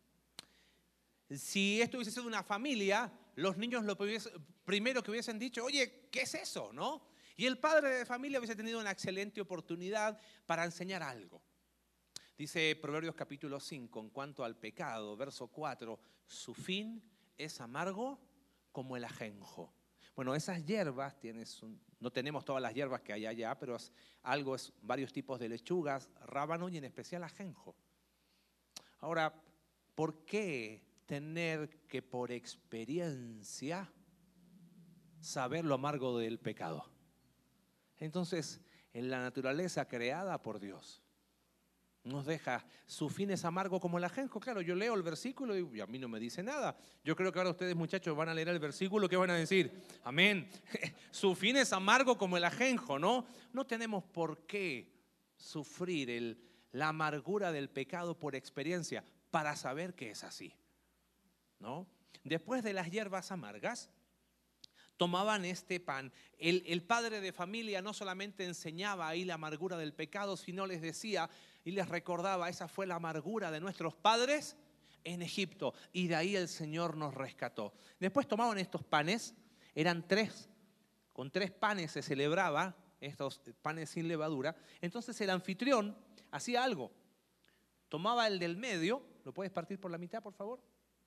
Si esto hubiese sido una familia, los niños lo primero que hubiesen dicho, oye, ¿qué es eso? ¿No? Y el padre de familia hubiese tenido una excelente oportunidad para enseñar algo. Dice Proverbios capítulo cinco, en cuanto al pecado, verso cuatro, su fin es amargo como el ajenjo. Bueno, esas hierbas, tienes un, no tenemos todas las hierbas que hay allá, pero es, algo es varios tipos de lechugas, rábano y en especial ajenjo. Ahora, ¿por qué tener que por experiencia saber lo amargo del pecado. Entonces, en la naturaleza creada por Dios, nos deja, su fin es amargo como el ajenjo. Claro, yo leo el versículo y a mí no me dice nada. Yo creo que ahora ustedes, muchachos, van a leer el versículo, ¿qué van a decir? Amén. Su fin es amargo como el ajenjo, ¿no? No tenemos por qué sufrir el, la amargura del pecado por experiencia para saber que es así, ¿no? Después de las hierbas amargas, tomaban este pan. El, el padre de familia no solamente enseñaba ahí la amargura del pecado, sino les decía y les recordaba, esa fue la amargura de nuestros padres en Egipto, y de ahí el Señor nos rescató. Después tomaban estos panes, eran tres, con tres panes se celebraba, estos panes sin levadura. Entonces el anfitrión hacía algo, tomaba el del medio, ¿lo puedes partir por la mitad, por favor?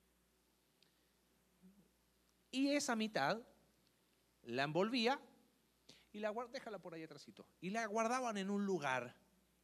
Y esa mitad la envolvía y la guardaba, déjala por ahí atrásito, y la guardaban en un lugar.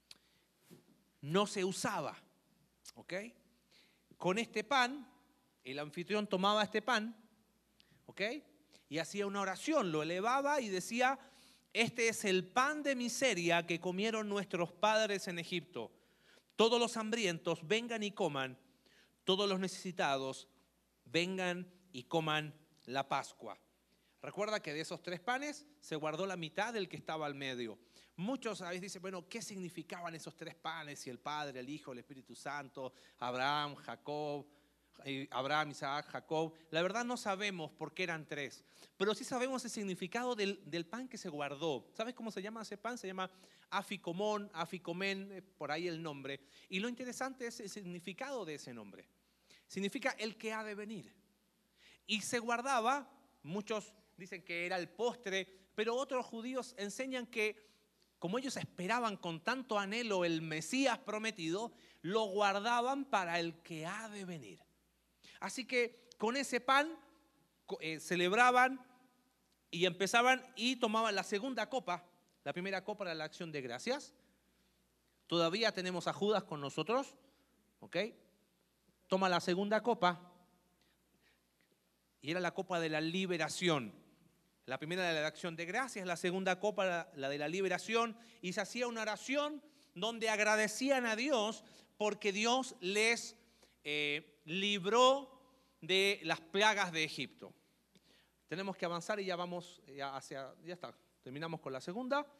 No se usaba, ¿ok? Con este pan, el anfitrión tomaba este pan, ¿ok? Y hacía una oración, lo elevaba y decía: este es el pan de miseria que comieron nuestros padres en Egipto. Todos los hambrientos vengan y coman, todos los necesitados vengan y coman la Pascua. Recuerda que de esos tres panes se guardó la mitad del que estaba al medio. Muchos a veces dicen, bueno, ¿qué significaban esos tres panes? Si el Padre, el Hijo, el Espíritu Santo, Abraham, Jacob, Abraham, Isaac, Jacob. La verdad no sabemos por qué eran tres, pero sí sabemos el significado del, del pan que se guardó. ¿Sabes cómo se llama ese pan? Se llama aficomón, aficomen, por ahí el nombre. Y lo interesante es el significado de ese nombre. Significa el que ha de venir. Y se guardaba, muchos dicen que era el postre, pero otros judíos enseñan que como ellos esperaban con tanto anhelo el Mesías prometido, lo guardaban para el que ha de venir. Así que con ese pan eh, celebraban y empezaban y tomaban la segunda copa. La primera copa era la acción de gracias. Todavía tenemos a Judas con nosotros, ¿ok? Toma la segunda copa y era la copa de la liberación. La primera de la acción de gracias, la segunda copa, la, la de la liberación, y se hacía una oración donde agradecían a Dios porque Dios les eh, libró de las plagas de Egipto. Tenemos que avanzar y ya vamos ya hacia, ya está, terminamos con la segunda.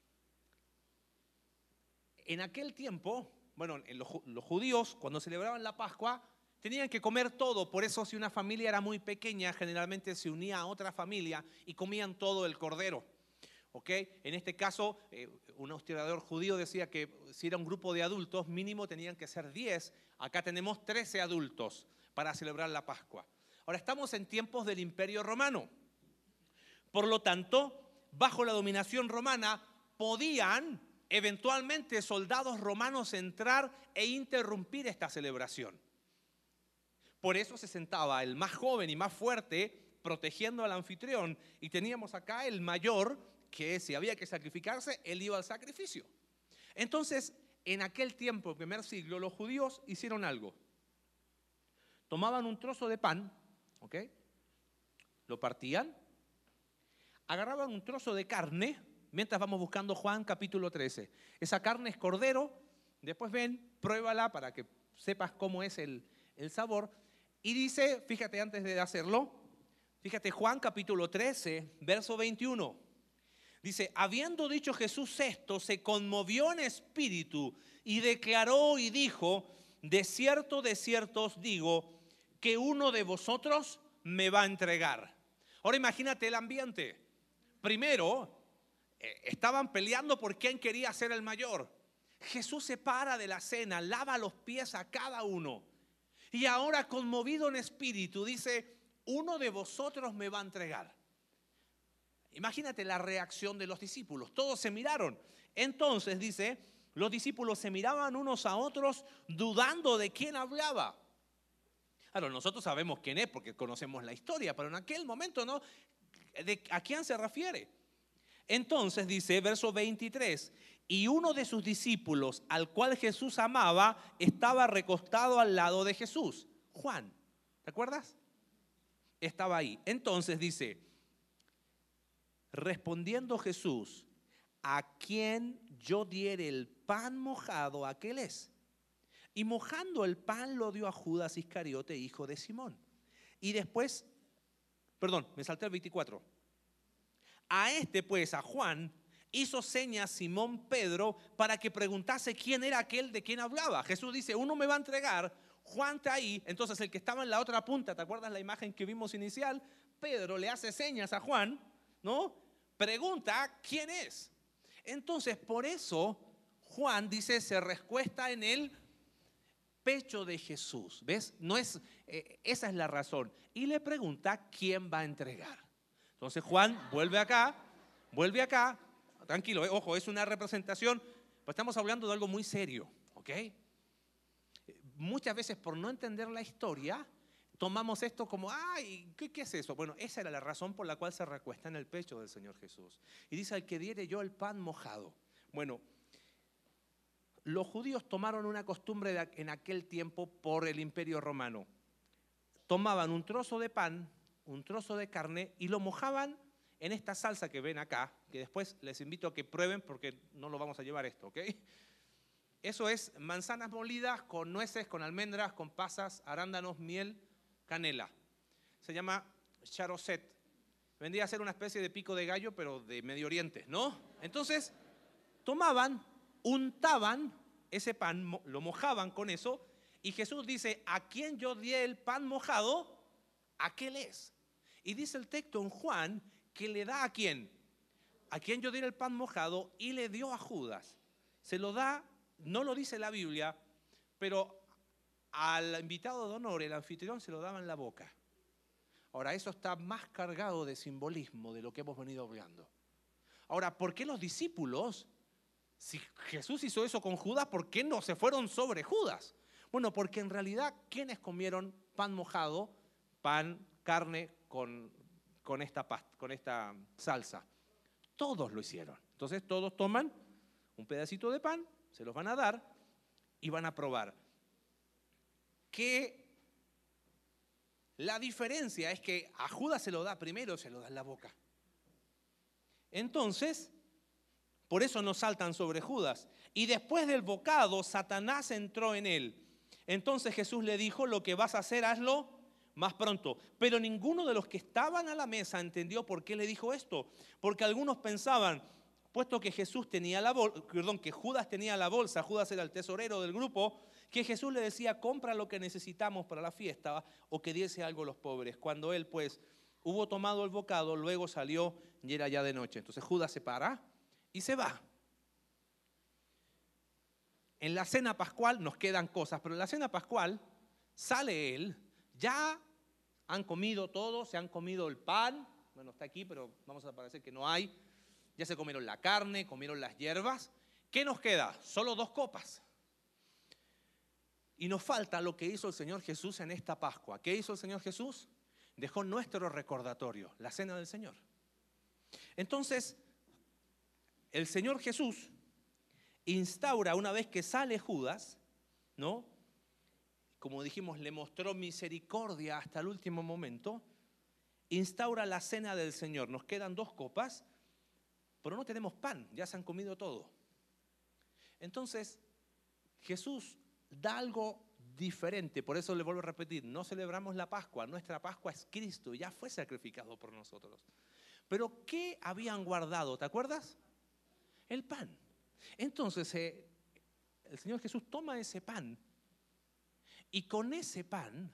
En aquel tiempo, bueno, en los, los judíos cuando celebraban la Pascua tenían que comer todo, por eso si una familia era muy pequeña, generalmente se unía a otra familia y comían todo el cordero. ¿Ok? En este caso, eh, un historiador judío decía que si era un grupo de adultos, mínimo tenían que ser diez. Acá tenemos trece adultos para celebrar la Pascua. Ahora estamos en tiempos del Imperio Romano. Por lo tanto, bajo la dominación romana, podían eventualmente soldados romanos entrar e interrumpir esta celebración. Por eso se sentaba el más joven y más fuerte protegiendo al anfitrión, y teníamos acá el mayor que si había que sacrificarse, él iba al sacrificio. Entonces, en aquel tiempo, primer siglo, los judíos hicieron algo. Tomaban un trozo de pan, ¿ok? Lo partían, agarraban un trozo de carne, mientras vamos buscando Juan capítulo trece. Esa carne es cordero, después ven, pruébala para que sepas cómo es el, el sabor. Y dice, fíjate antes de hacerlo, fíjate Juan capítulo trece, verso veintiuno. Dice, habiendo dicho Jesús esto, se conmovió en espíritu y declaró y dijo, de cierto, de cierto os digo, que uno de vosotros me va a entregar. Ahora imagínate el ambiente. Primero, eh, estaban peleando por quién quería ser el mayor. Jesús se para de la cena, lava los pies a cada uno. Y ahora conmovido en espíritu dice, uno de vosotros me va a entregar. Imagínate la reacción de los discípulos. Todos se miraron. Entonces dice, los discípulos se miraban unos a otros dudando de quién hablaba. Claro, nosotros sabemos quién es porque conocemos la historia, pero en aquel momento no. ¿De a quién se refiere? Entonces dice, verso veintitrés, y uno de sus discípulos, al cual Jesús amaba, estaba recostado al lado de Jesús, Juan. ¿Te acuerdas? Estaba ahí. Entonces dice, respondiendo Jesús, a quien yo diere el pan mojado, aquel es. Y mojando el pan lo dio a Judas Iscariote, hijo de Simón. Y después, perdón, me salté al veinticuatro. A este pues, a Juan, hizo señas Simón Pedro para que preguntase quién era aquel de quien hablaba. Jesús dice, uno me va a entregar, Juan está ahí. Entonces el que estaba en la otra punta, ¿te acuerdas la imagen que vimos inicial? Pedro le hace señas a Juan, ¿no? Pregunta quién es. Entonces por eso Juan dice, se recuesta en el pecho de Jesús. ¿Ves? No es, eh, esa es la razón. Y le pregunta quién va a entregar. Entonces Juan vuelve acá, vuelve acá. Tranquilo, eh, ojo, es una representación, pues estamos hablando de algo muy serio, ¿ok? Muchas veces por no entender la historia, tomamos esto como, ay, ¿qué, qué es eso? Bueno, esa era la razón por la cual se recuesta en el pecho del Señor Jesús. Y dice, al que diere yo el pan mojado. Bueno, los judíos tomaron una costumbre de, en aquel tiempo por el Imperio Romano. Tomaban un trozo de pan, un trozo de carne y lo mojaban en esta salsa que ven acá, que después les invito a que prueben porque no lo vamos a llevar esto, ¿ok? Eso es manzanas molidas con nueces, con almendras, con pasas, arándanos, miel, canela. Se llama charoset. Vendría a ser una especie de pico de gallo, pero de Medio Oriente, ¿no? Entonces, tomaban, untaban ese pan, lo mojaban con eso, y Jesús dice, a quien yo di el pan mojado, aquel es. Y dice el texto en Juan, que le da a quién, a quien yo diera el pan mojado y le dio a Judas. Se lo da, no lo dice la Biblia, pero al invitado de honor, el anfitrión, se lo daba en la boca. Ahora, eso está más cargado de simbolismo de lo que hemos venido hablando. Ahora, ¿por qué los discípulos, si Jesús hizo eso con Judas, por qué no se fueron sobre Judas? Bueno, porque en realidad, ¿quiénes comieron pan mojado, pan, carne con con esta pasta, con esta salsa? Todos lo hicieron. Entonces todos toman un pedacito de pan, se los van a dar y van a probar. Que la diferencia es que a Judas se lo da primero, se lo da en la boca. Entonces, por eso no saltan sobre Judas. Y después del bocado, Satanás entró en él. Entonces Jesús le dijo, lo que vas a hacer, hazlo más pronto. Pero ninguno de los que estaban a la mesa entendió por qué le dijo esto. Porque algunos pensaban, puesto que Jesús tenía la bolsa, perdón, que Judas tenía la bolsa, Judas era el tesorero del grupo, que Jesús le decía, compra lo que necesitamos para la fiesta o que diese algo a los pobres. Cuando él pues hubo tomado el bocado, luego salió y era ya de noche. Entonces Judas se para y se va. En la cena pascual nos quedan cosas, pero en la cena pascual sale él, ya han comido todos, se han comido el pan, bueno, está aquí, pero vamos a parecer que no hay, ya se comieron la carne, comieron las hierbas. ¿Qué nos queda? Solo dos copas. Y nos falta lo que hizo el Señor Jesús en esta Pascua. ¿Qué hizo el Señor Jesús? Dejó nuestro recordatorio, la cena del Señor. Entonces, el Señor Jesús instaura, una vez que sale Judas, ¿no? Como dijimos, le mostró misericordia hasta el último momento, instaura la cena del Señor. Nos quedan dos copas, pero no tenemos pan, ya se han comido todo. Entonces, Jesús da algo diferente, por eso le vuelvo a repetir, no celebramos la Pascua, nuestra Pascua es Cristo, ya fue sacrificado por nosotros. Pero ¿qué habían guardado? ¿Te acuerdas? El pan. Entonces, eh, el Señor Jesús toma ese pan y con ese pan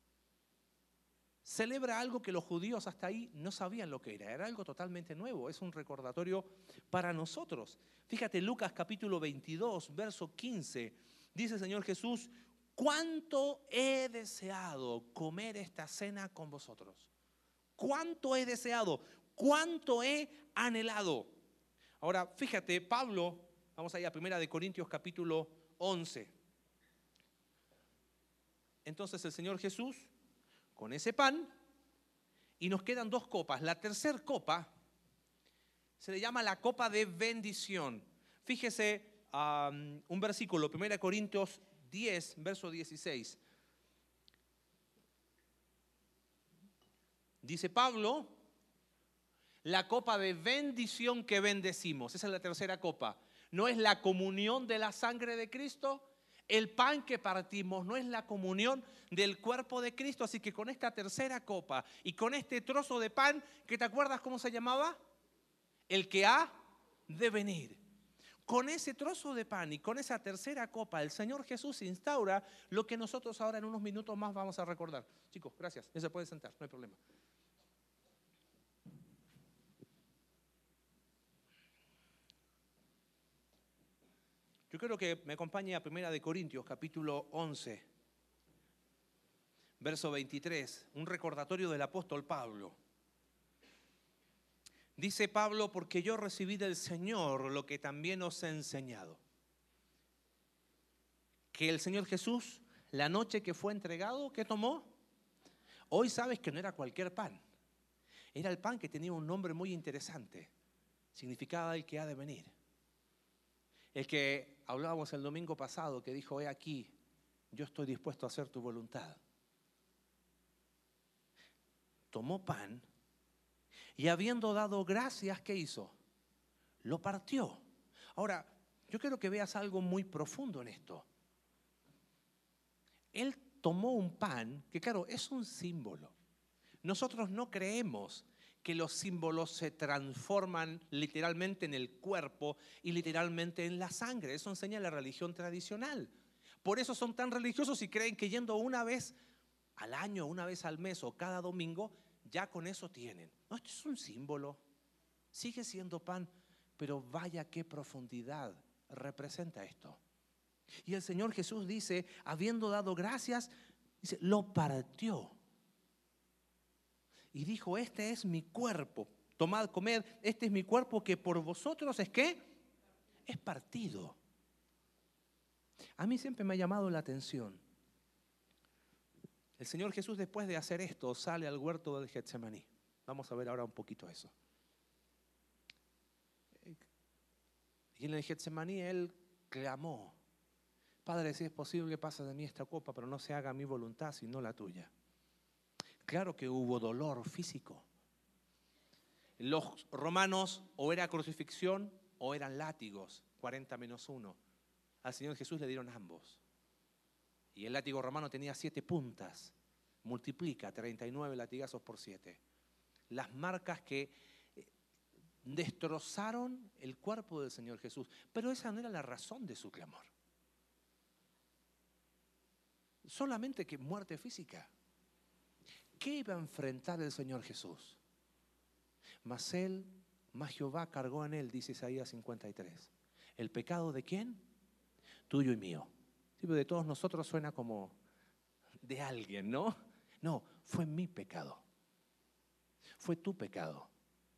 celebra algo que los judíos hasta ahí no sabían lo que era. Era algo totalmente nuevo, es un recordatorio para nosotros. Fíjate, Lucas capítulo veintidós, verso quince, dice el Señor Jesús, ¿cuánto he deseado comer esta cena con vosotros? ¿Cuánto he deseado? ¿Cuánto he anhelado? Ahora, fíjate, Pablo, vamos allá, primera de Corintios capítulo once. Entonces el Señor Jesús, con ese pan, y nos quedan dos copas. La tercera copa se le llama la copa de bendición. Fíjese um, un versículo, primera de Corintios diez, verso dieciséis. Dice Pablo, la copa de bendición que bendecimos. Esa es la tercera copa. No es la comunión de la sangre de Cristo. El pan que partimos no es la comunión del cuerpo de Cristo. Así que con esta tercera copa y con este trozo de pan, ¿que te acuerdas cómo se llamaba? El que ha de venir. Con ese trozo de pan y con esa tercera copa, el Señor Jesús instaura lo que nosotros ahora en unos minutos más vamos a recordar. Chicos, gracias. Ya se pueden sentar, no hay problema. Yo quiero que me acompañe a Primera de Corintios, capítulo once, verso veintitrés, un recordatorio del apóstol Pablo. Dice Pablo, porque yo recibí del Señor lo que también os he enseñado. Que el Señor Jesús, la noche que fue entregado, ¿qué tomó? Hoy sabes que no era cualquier pan. Era el pan que tenía un nombre muy interesante. Significaba el que ha de venir. El que hablábamos el domingo pasado, que dijo, he aquí, yo estoy dispuesto a hacer tu voluntad. Tomó pan y habiendo dado gracias, ¿qué hizo? Lo partió. Ahora, yo quiero que veas algo muy profundo en esto. Él tomó un pan, que claro, es un símbolo. Nosotros no creemos que los símbolos se transforman literalmente en el cuerpo y literalmente en la sangre. Eso enseña la religión tradicional. Por eso son tan religiosos y creen que yendo una vez al año, una vez al mes o cada domingo, ya con eso tienen. No, esto es un símbolo. Sigue siendo pan, pero vaya qué profundidad representa esto. Y el Señor Jesús dice, habiendo dado gracias, dice, lo partió. Y dijo, este es mi cuerpo, tomad, comed, este es mi cuerpo que por vosotros es ¿qué? Es partido. A mí siempre me ha llamado la atención. El Señor Jesús después de hacer esto sale al huerto del Getsemaní. Vamos a ver ahora un poquito eso. Y en el Getsemaní Él clamó, Padre, si es posible pasa de mí esta copa, pero no se haga mi voluntad sino la tuya. Claro que hubo dolor físico. Los romanos o era crucifixión o eran látigos, cuarenta menos uno. Al Señor Jesús le dieron ambos. Y el látigo romano tenía siete puntas. Multiplica treinta y nueve latigazos por siete. Las marcas que destrozaron el cuerpo del Señor Jesús. Pero esa no era la razón de su clamor. Solamente que muerte física. ¿Qué iba a enfrentar el Señor Jesús? Mas él, mas Jehová cargó en él, dice Isaías cincuenta y tres. ¿El pecado de quién? Tuyo y mío. Sí, pero de todos nosotros suena como de alguien, ¿no? No, fue mi pecado. Fue tu pecado.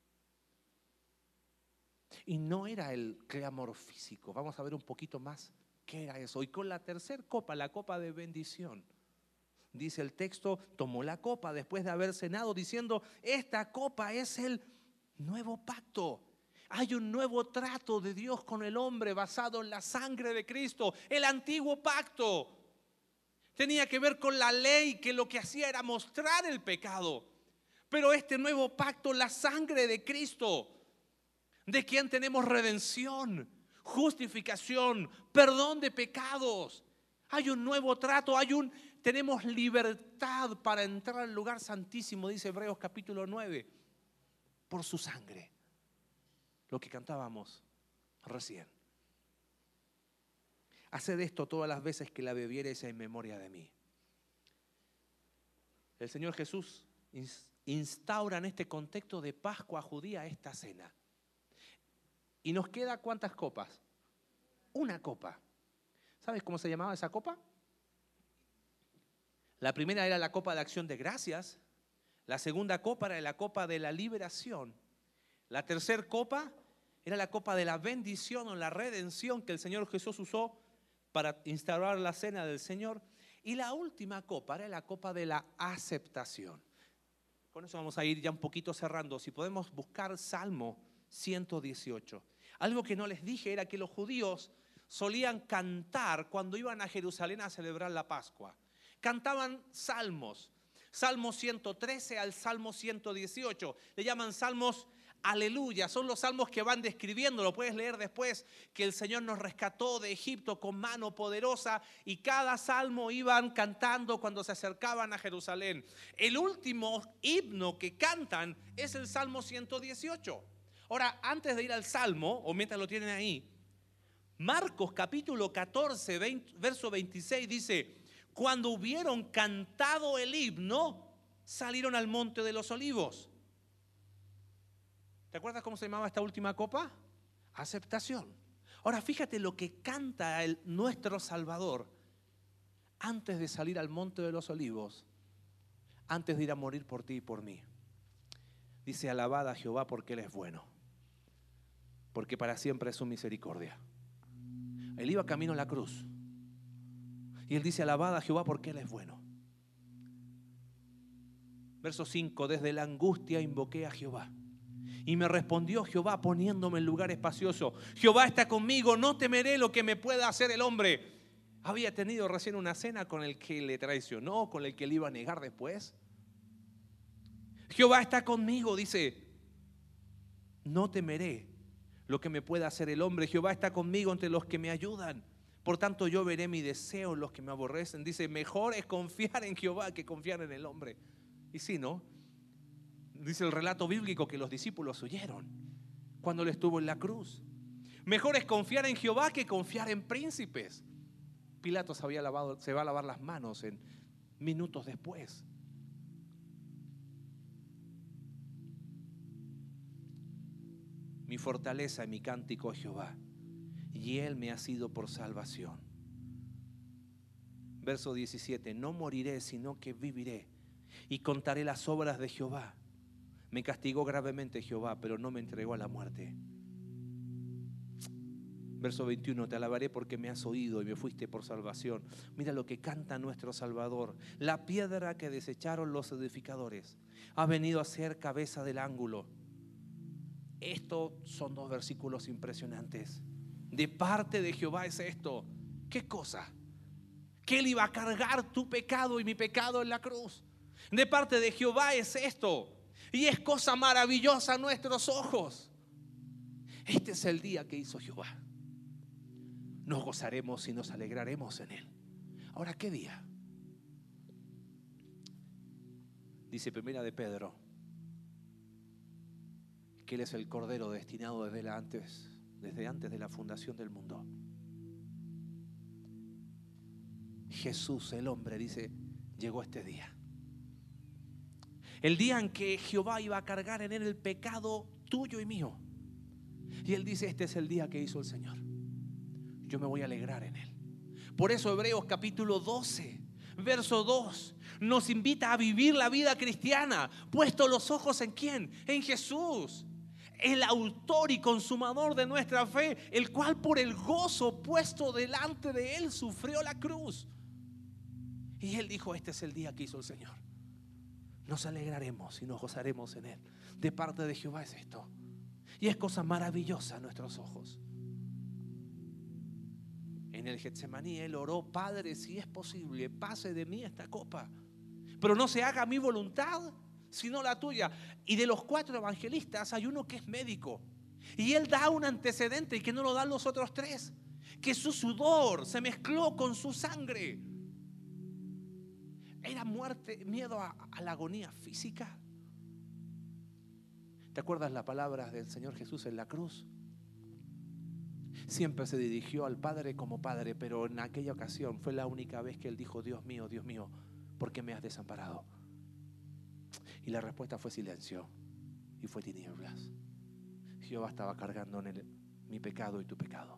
Y no era el clamor físico. Vamos a ver un poquito más qué era eso. Y con la tercera copa, la copa de bendición, dice el texto, tomó la copa después de haber cenado diciendo, esta copa es el nuevo pacto. Hay un nuevo trato de Dios con el hombre basado en la sangre de Cristo. El antiguo pacto tenía que ver con la ley que lo que hacía era mostrar el pecado. Pero este nuevo pacto, la sangre de Cristo, de quien tenemos redención, justificación, perdón de pecados. Hay un nuevo trato, hay un, tenemos libertad para entrar al lugar santísimo, dice Hebreos capítulo nueve, por su sangre. Lo que cantábamos recién. Haced esto todas las veces que la bebiereis en memoria de mí. El Señor Jesús instaura en este contexto de Pascua judía esta cena. ¿Y nos queda cuántas copas? Una copa. ¿Sabes cómo se llamaba esa copa? La primera era la copa de acción de gracias. La segunda copa era la copa de la liberación. La tercera copa era la copa de la bendición o la redención que el Señor Jesús usó para instaurar la cena del Señor. Y la última copa era la copa de la aceptación. Con eso vamos a ir ya un poquito cerrando. Si podemos buscar Salmo ciento dieciocho. Algo que no les dije era que los judíos solían cantar cuando iban a Jerusalén a celebrar la Pascua. Cantaban salmos. Salmo ciento trece al Salmo ciento dieciocho. Le llaman salmos aleluya. Son los salmos que van describiendo, lo puedes leer después, que el Señor nos rescató de Egipto con mano poderosa, y cada salmo iban cantando cuando se acercaban a Jerusalén. El último himno que cantan es el Salmo ciento dieciocho. Ahora, antes de ir al Salmo, o mientras lo tienen ahí, Marcos capítulo catorce, veinte, verso veintiséis dice: cuando hubieron cantado el himno, salieron al monte de los olivos. ¿Te acuerdas cómo se llamaba esta última copa? Aceptación. Ahora fíjate lo que canta el, nuestro Salvador antes de salir al monte de los olivos, antes de ir a morir por ti y por mí. Dice: alabad a Jehová porque Él es bueno, porque para siempre es su misericordia. Él iba camino a la cruz y Él dice: alabad a Jehová porque Él es bueno. Verso cinco: desde la angustia invoqué a Jehová, y me respondió Jehová poniéndome en lugar espacioso. Jehová está conmigo, no temeré lo que me pueda hacer el hombre. Había tenido recién una cena con el que le traicionó, con el que le iba a negar después. Jehová está conmigo, dice, no temeré lo que me pueda hacer el hombre. Jehová está conmigo entre los que me ayudan. Por tanto yo veré mi deseo en los que me aborrecen. Dice: mejor es confiar en Jehová que confiar en el hombre. Y sí, ¿no? Dice el relato bíblico que los discípulos huyeron cuando Él estuvo en la cruz. Mejor es confiar en Jehová que confiar en príncipes. Pilato se había lavado, se va a lavar las manos en minutos después. Mi fortaleza y mi cántico es Jehová, y Él me ha sido por salvación. Verso diecisiete: no moriré, sino que viviré y contaré las obras de Jehová. Me castigó gravemente Jehová, pero no me entregó a la muerte. Verso veintiuno: te alabaré porque me has oído y me fuiste por salvación. Mira lo que canta nuestro Salvador: la piedra que desecharon los edificadores ha venido a ser cabeza del ángulo. Estos son dos versículos impresionantes. De parte de Jehová es esto. ¿Qué cosa? Que Él iba a cargar tu pecado y mi pecado en la cruz. De parte de Jehová es esto. Y es cosa maravillosa a nuestros ojos. Este es el día que hizo Jehová. Nos gozaremos y nos alegraremos en Él. Ahora, ¿qué día? Dice Primera de Pedro que Él es el Cordero destinado desde, la antes, desde antes de la fundación del mundo. Jesús, el hombre, dice, llegó este día. El día en que Jehová iba a cargar en Él el pecado tuyo y mío. Y Él dice: este es el día que hizo el Señor. Yo me voy a alegrar en Él. Por eso Hebreos capítulo doce, verso dos, nos invita a vivir la vida cristiana, puesto los ojos ¿en quién? En Jesús, el autor y consumador de nuestra fe, el cual por el gozo puesto delante de Él sufrió la cruz. Y Él dijo: este es el día que hizo el Señor. Nos alegraremos y nos gozaremos en Él. De parte de Jehová es esto. Y es cosa maravillosa a nuestros ojos. En el Getsemaní Él oró: Padre, si es posible, pase de mí esta copa, pero no se haga mi voluntad sino la tuya. Y de los cuatro evangelistas hay uno que es médico, y él da un antecedente y que no lo dan los otros tres: que su sudor se mezcló con su sangre. Era muerte, miedo a, a la agonía física. ¿Te acuerdas las palabras del Señor Jesús en la cruz? Siempre se dirigió al Padre como Padre, pero en aquella ocasión fue la única vez que Él dijo: Dios mío, Dios mío, ¿por qué me has desamparado? Y la respuesta fue silencio, y fue tinieblas. Jehová estaba cargando en él mi pecado y tu pecado.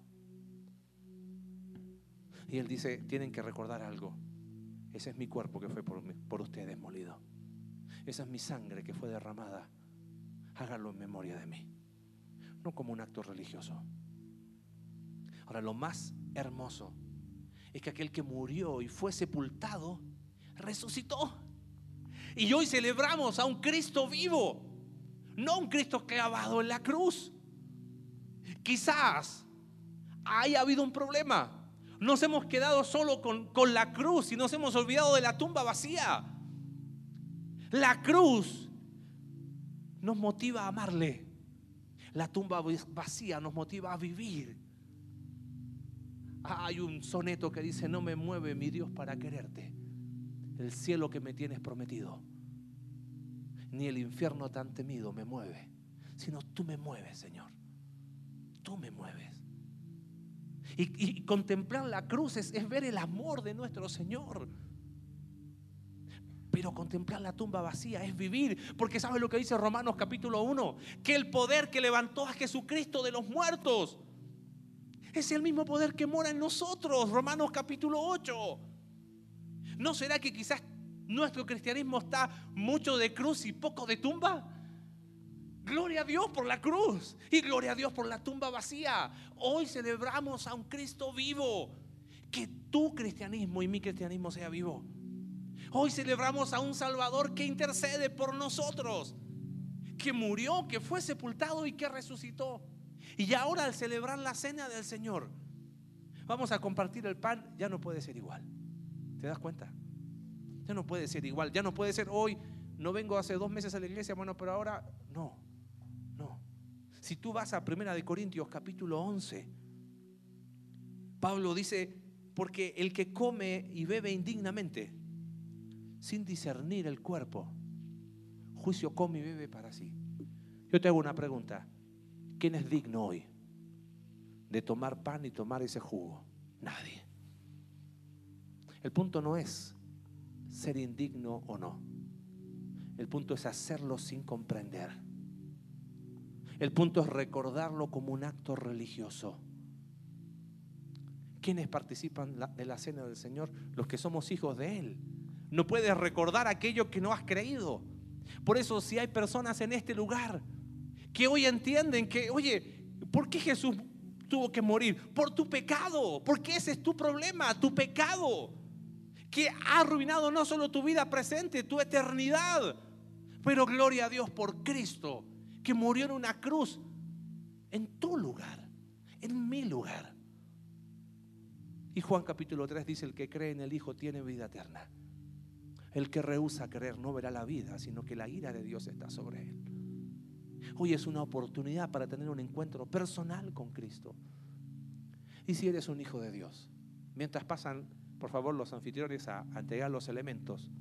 Y Él dice: tienen que recordar algo. Ese es mi cuerpo que fue por, por ustedes molido. Esa es mi sangre que fue derramada. Háganlo en memoria de mí. No como un acto religioso. Ahora, lo más hermoso es que aquel que murió y fue sepultado resucitó. Y hoy celebramos a un Cristo vivo, no un Cristo clavado en la cruz. Quizás haya habido un problema. Nos hemos quedado solo con, con la cruz y nos hemos olvidado de la tumba vacía. La cruz nos motiva a amarle. La tumba vacía nos motiva a vivir. Hay un soneto que dice: no me mueve mi Dios para quererte el cielo que me tienes prometido, ni el infierno tan temido me mueve, sino tú me mueves, Señor. Tú me mueves. Y, y contemplar la cruz es, es ver el amor de nuestro Señor. Pero contemplar la tumba vacía es vivir, porque ¿sabes lo que dice Romanos capítulo uno? Que el poder que levantó a Jesucristo de los muertos es el mismo poder que mora en nosotros. Romanos capítulo ocho. ¿No será que quizás nuestro cristianismo está mucho de cruz y poco de tumba? Gloria a Dios por la cruz y gloria a Dios por la tumba vacía. Hoy celebramos a un Cristo vivo. Que tu cristianismo y mi cristianismo sea vivo. Hoy celebramos a un Salvador que intercede por nosotros, que murió, que fue sepultado y que resucitó. Y ahora, al celebrar la cena del Señor, vamos a compartir el pan. Ya no puede ser igual. ¿Te das cuenta? Ya no puede ser igual. Ya no puede ser hoy, no vengo hace dos meses a la iglesia, bueno, pero ahora no, no. Si tú vas a Primera de Corintios capítulo once, Pablo dice: porque el que come y bebe indignamente, sin discernir el cuerpo, juicio come y bebe para sí. Yo te hago una pregunta: ¿quién es digno hoy de tomar pan y tomar ese jugo? Nadie. El punto no es ser indigno o no. El punto es hacerlo sin comprender. El punto es recordarlo como un acto religioso. ¿Quiénes participan de la cena del Señor? Los que somos hijos de Él. No puedes recordar aquello que no has creído. Por eso, si hay personas en este lugar que hoy entienden que, oye, ¿por qué Jesús tuvo que morir? Por tu pecado, porque ese es tu problema, tu pecado, que ha arruinado no solo tu vida presente, tu eternidad. Pero gloria a Dios por Cristo, que murió en una cruz en tu lugar, en mi lugar. Y Juan capítulo tres dice: el que cree en el Hijo tiene vida eterna. El que rehúsa creer no verá la vida, sino que la ira de Dios está sobre él. Hoy es una oportunidad para tener un encuentro personal con Cristo. Y si eres un hijo de Dios, mientras pasan, por favor, los anfitriones a, a entregar los elementos,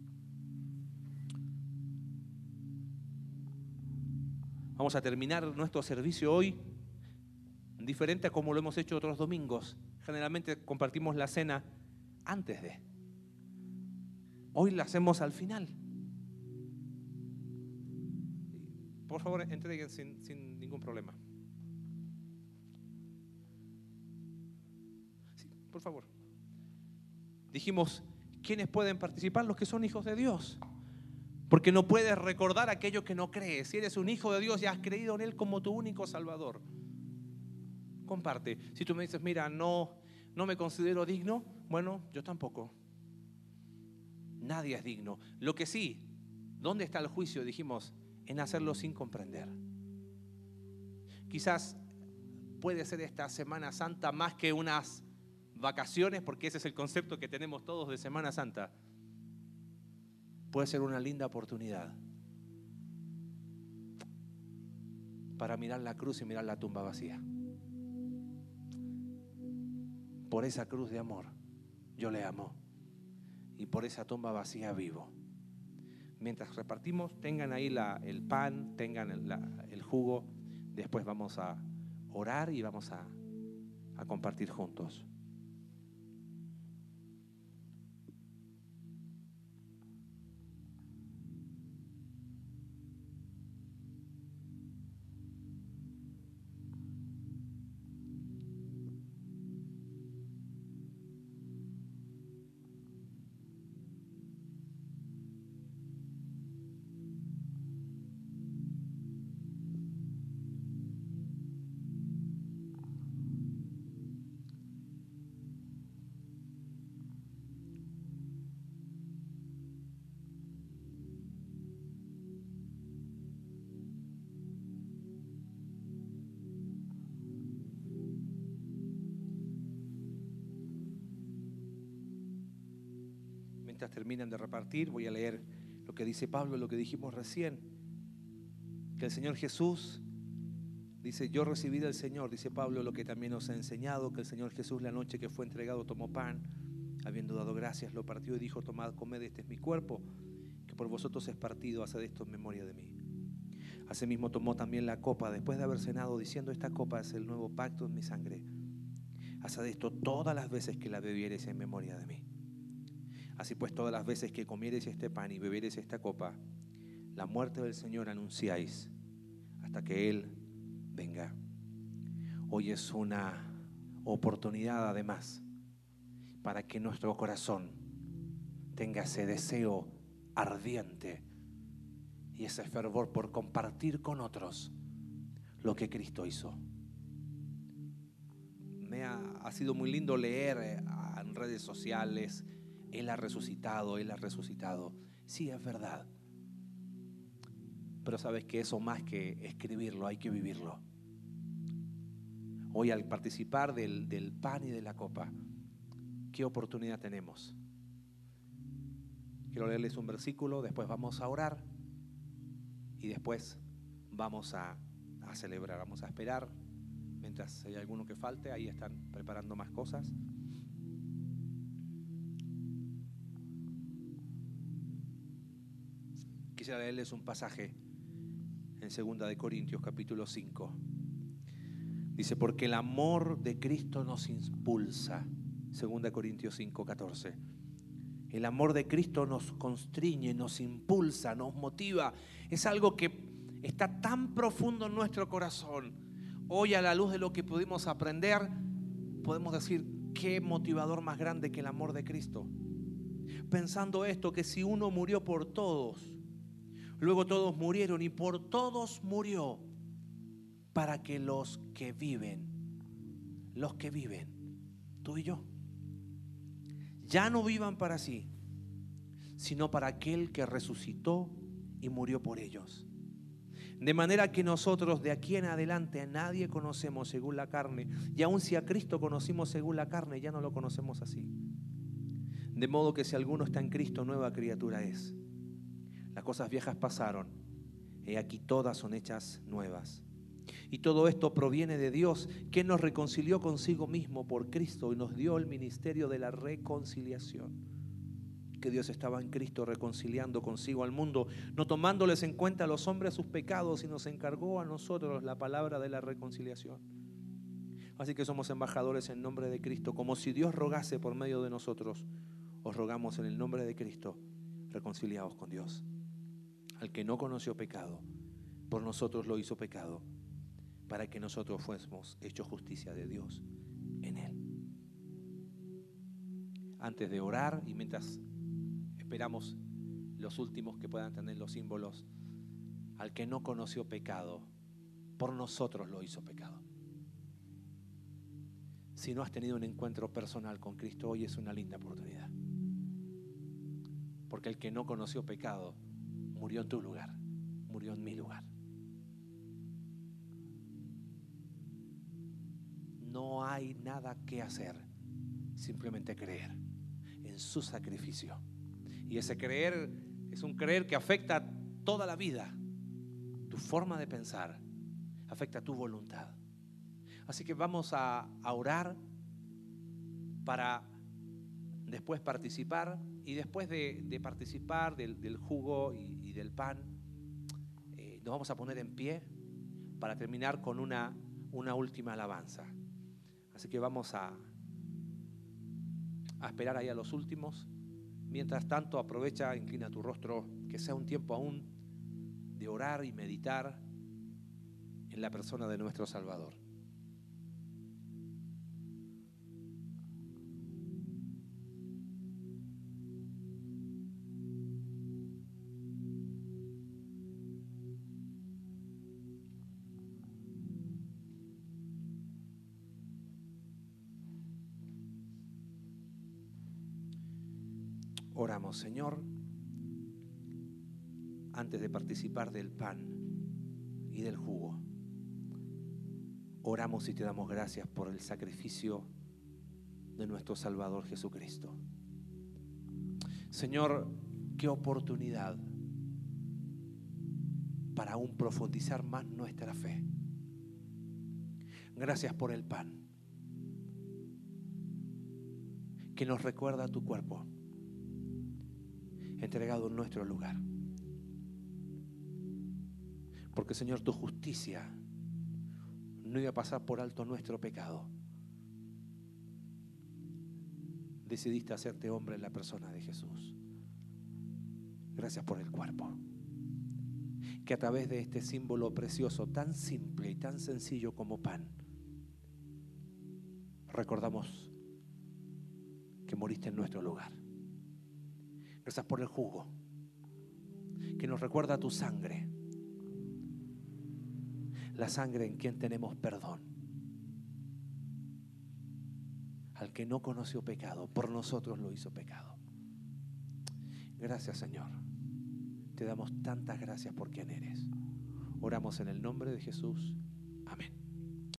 vamos a terminar nuestro servicio hoy diferente a como lo hemos hecho otros domingos. Generalmente compartimos la cena antes de. Hoy la hacemos al final. Por favor, entreguen sin, sin ningún problema. Sí, por favor. Dijimos, ¿quiénes pueden participar? Los que son hijos de Dios. Porque no puedes recordar aquello que no crees. Si eres un hijo de Dios y has creído en Él como tu único Salvador, comparte. Si tú me dices: mira, no, no me considero digno, bueno, yo tampoco. Nadie es digno. Lo que sí, ¿dónde está el juicio? Dijimos, en hacerlo sin comprender. Quizás puede ser esta Semana Santa más que unas vacaciones, porque ese es el concepto que tenemos todos de Semana Santa. Puede ser una linda oportunidad para mirar la cruz y mirar la tumba vacía. Por esa cruz de amor yo le amo, y por esa tumba vacía vivo. Mientras repartimos, tengan ahí la, el pan, tengan el, la, el jugo. Después vamos a orar y vamos a, a compartir juntos. Mientras terminan de repartir, voy a leer Lo que dice Pablo, lo que dijimos recién, que el Señor Jesús dice: yo recibí del Señor, dice Pablo, lo que también nos ha enseñado, que el Señor Jesús la noche que fue entregado tomó pan, habiendo dado gracias, lo partió y dijo: tomad, comed, este es mi cuerpo, que por vosotros es partido, haced esto en memoria de mí. Asimismo tomó también la copa después de haber cenado, diciendo: esta copa es el nuevo pacto en mi sangre. Haced esto todas las veces que la bebiereis en memoria de mí. Así pues, todas las veces que comiereis este pan y bebiereis esta copa, la muerte del Señor anunciáis hasta que Él venga. Hoy es una oportunidad además para que nuestro corazón tenga ese deseo ardiente y ese fervor por compartir con otros lo que Cristo hizo. Me ha, ha sido muy lindo leer eh, en redes sociales: Él ha resucitado, Él ha resucitado. Sí, es verdad. Pero sabes que eso, más que escribirlo, hay que vivirlo. Hoy, al participar del, del pan y de la copa, ¿qué oportunidad tenemos? Quiero leerles un versículo, después vamos a orar y después vamos a, a celebrar, vamos a esperar. Mientras hay alguno que falte, ahí están preparando más cosas. Quisiera leerles un pasaje en segunda de Corintios capítulo cinco. Dice: porque el amor de Cristo nos impulsa. segunda de Corintios cinco, catorce. El amor de Cristo nos constriñe, nos impulsa, nos motiva. Es algo que está tan profundo en nuestro corazón. Hoy, a la luz de lo que pudimos aprender, podemos decir: qué motivador más grande que el amor de Cristo. Pensando esto, que si uno murió por todos, luego todos murieron y por todos murió, para que los que viven, los que viven, tú y yo, ya no vivan para sí, sino para aquel que resucitó y murió por ellos. De manera que nosotros de aquí en adelante a nadie conocemos según la carne, y aun si a Cristo conocimos según la carne, ya no lo conocemos así. De modo que si alguno está en Cristo, nueva criatura es. Las cosas viejas pasaron, he aquí todas son hechas nuevas. Y todo esto proviene de Dios, que nos reconcilió consigo mismo por Cristo y nos dio el ministerio de la reconciliación. Que Dios estaba en Cristo reconciliando consigo al mundo, no tomándoles en cuenta a los hombres sus pecados, y nos encargó a nosotros la palabra de la reconciliación. Así que somos embajadores en nombre de Cristo, como si Dios rogase por medio de nosotros. Os rogamos en el nombre de Cristo, reconciliaos con Dios. Al que no conoció pecado, por nosotros lo hizo pecado, para que nosotros fuésemos hechos justicia de Dios en Él. Antes de orar y mientras esperamos los últimos que puedan tener los símbolos, al que no conoció pecado, por nosotros lo hizo pecado. Si no has tenido un encuentro personal con Cristo, hoy es una linda oportunidad. Porque el que no conoció pecado murió en tu lugar, murió en mi lugar. No hay nada que hacer, simplemente creer en su sacrificio. Y ese creer es un creer que afecta toda la vida, tu forma de pensar, afecta tu voluntad. Así que vamos a, a orar para después participar, y después de, de participar del, del jugo y, y del pan, eh, nos vamos a poner en pie para terminar con una, una última alabanza. Así que vamos a, a esperar ahí a los últimos. Mientras tanto, aprovecha, inclina tu rostro, que sea un tiempo aún de orar y meditar en la persona de nuestro Salvador. Oramos. Señor, antes de participar del pan y del jugo, oramos y te damos gracias por el sacrificio de nuestro Salvador Jesucristo. Señor, qué oportunidad para aún profundizar más nuestra fe. Gracias por el pan que nos recuerda tu cuerpo entregado en nuestro lugar. Porque, Señor, tu justicia no iba a pasar por alto nuestro pecado. Decidiste hacerte hombre en la persona de Jesús. Gracias por el cuerpo, que a través de este símbolo precioso, tan simple y tan sencillo como pan, recordamos que moriste en nuestro lugar. Gracias por el jugo, que nos recuerda tu sangre, la sangre en quien tenemos perdón. Al que no conoció pecado, por nosotros lo hizo pecado. Gracias, Señor. Te damos tantas gracias por quien eres. Oramos en el nombre de Jesús.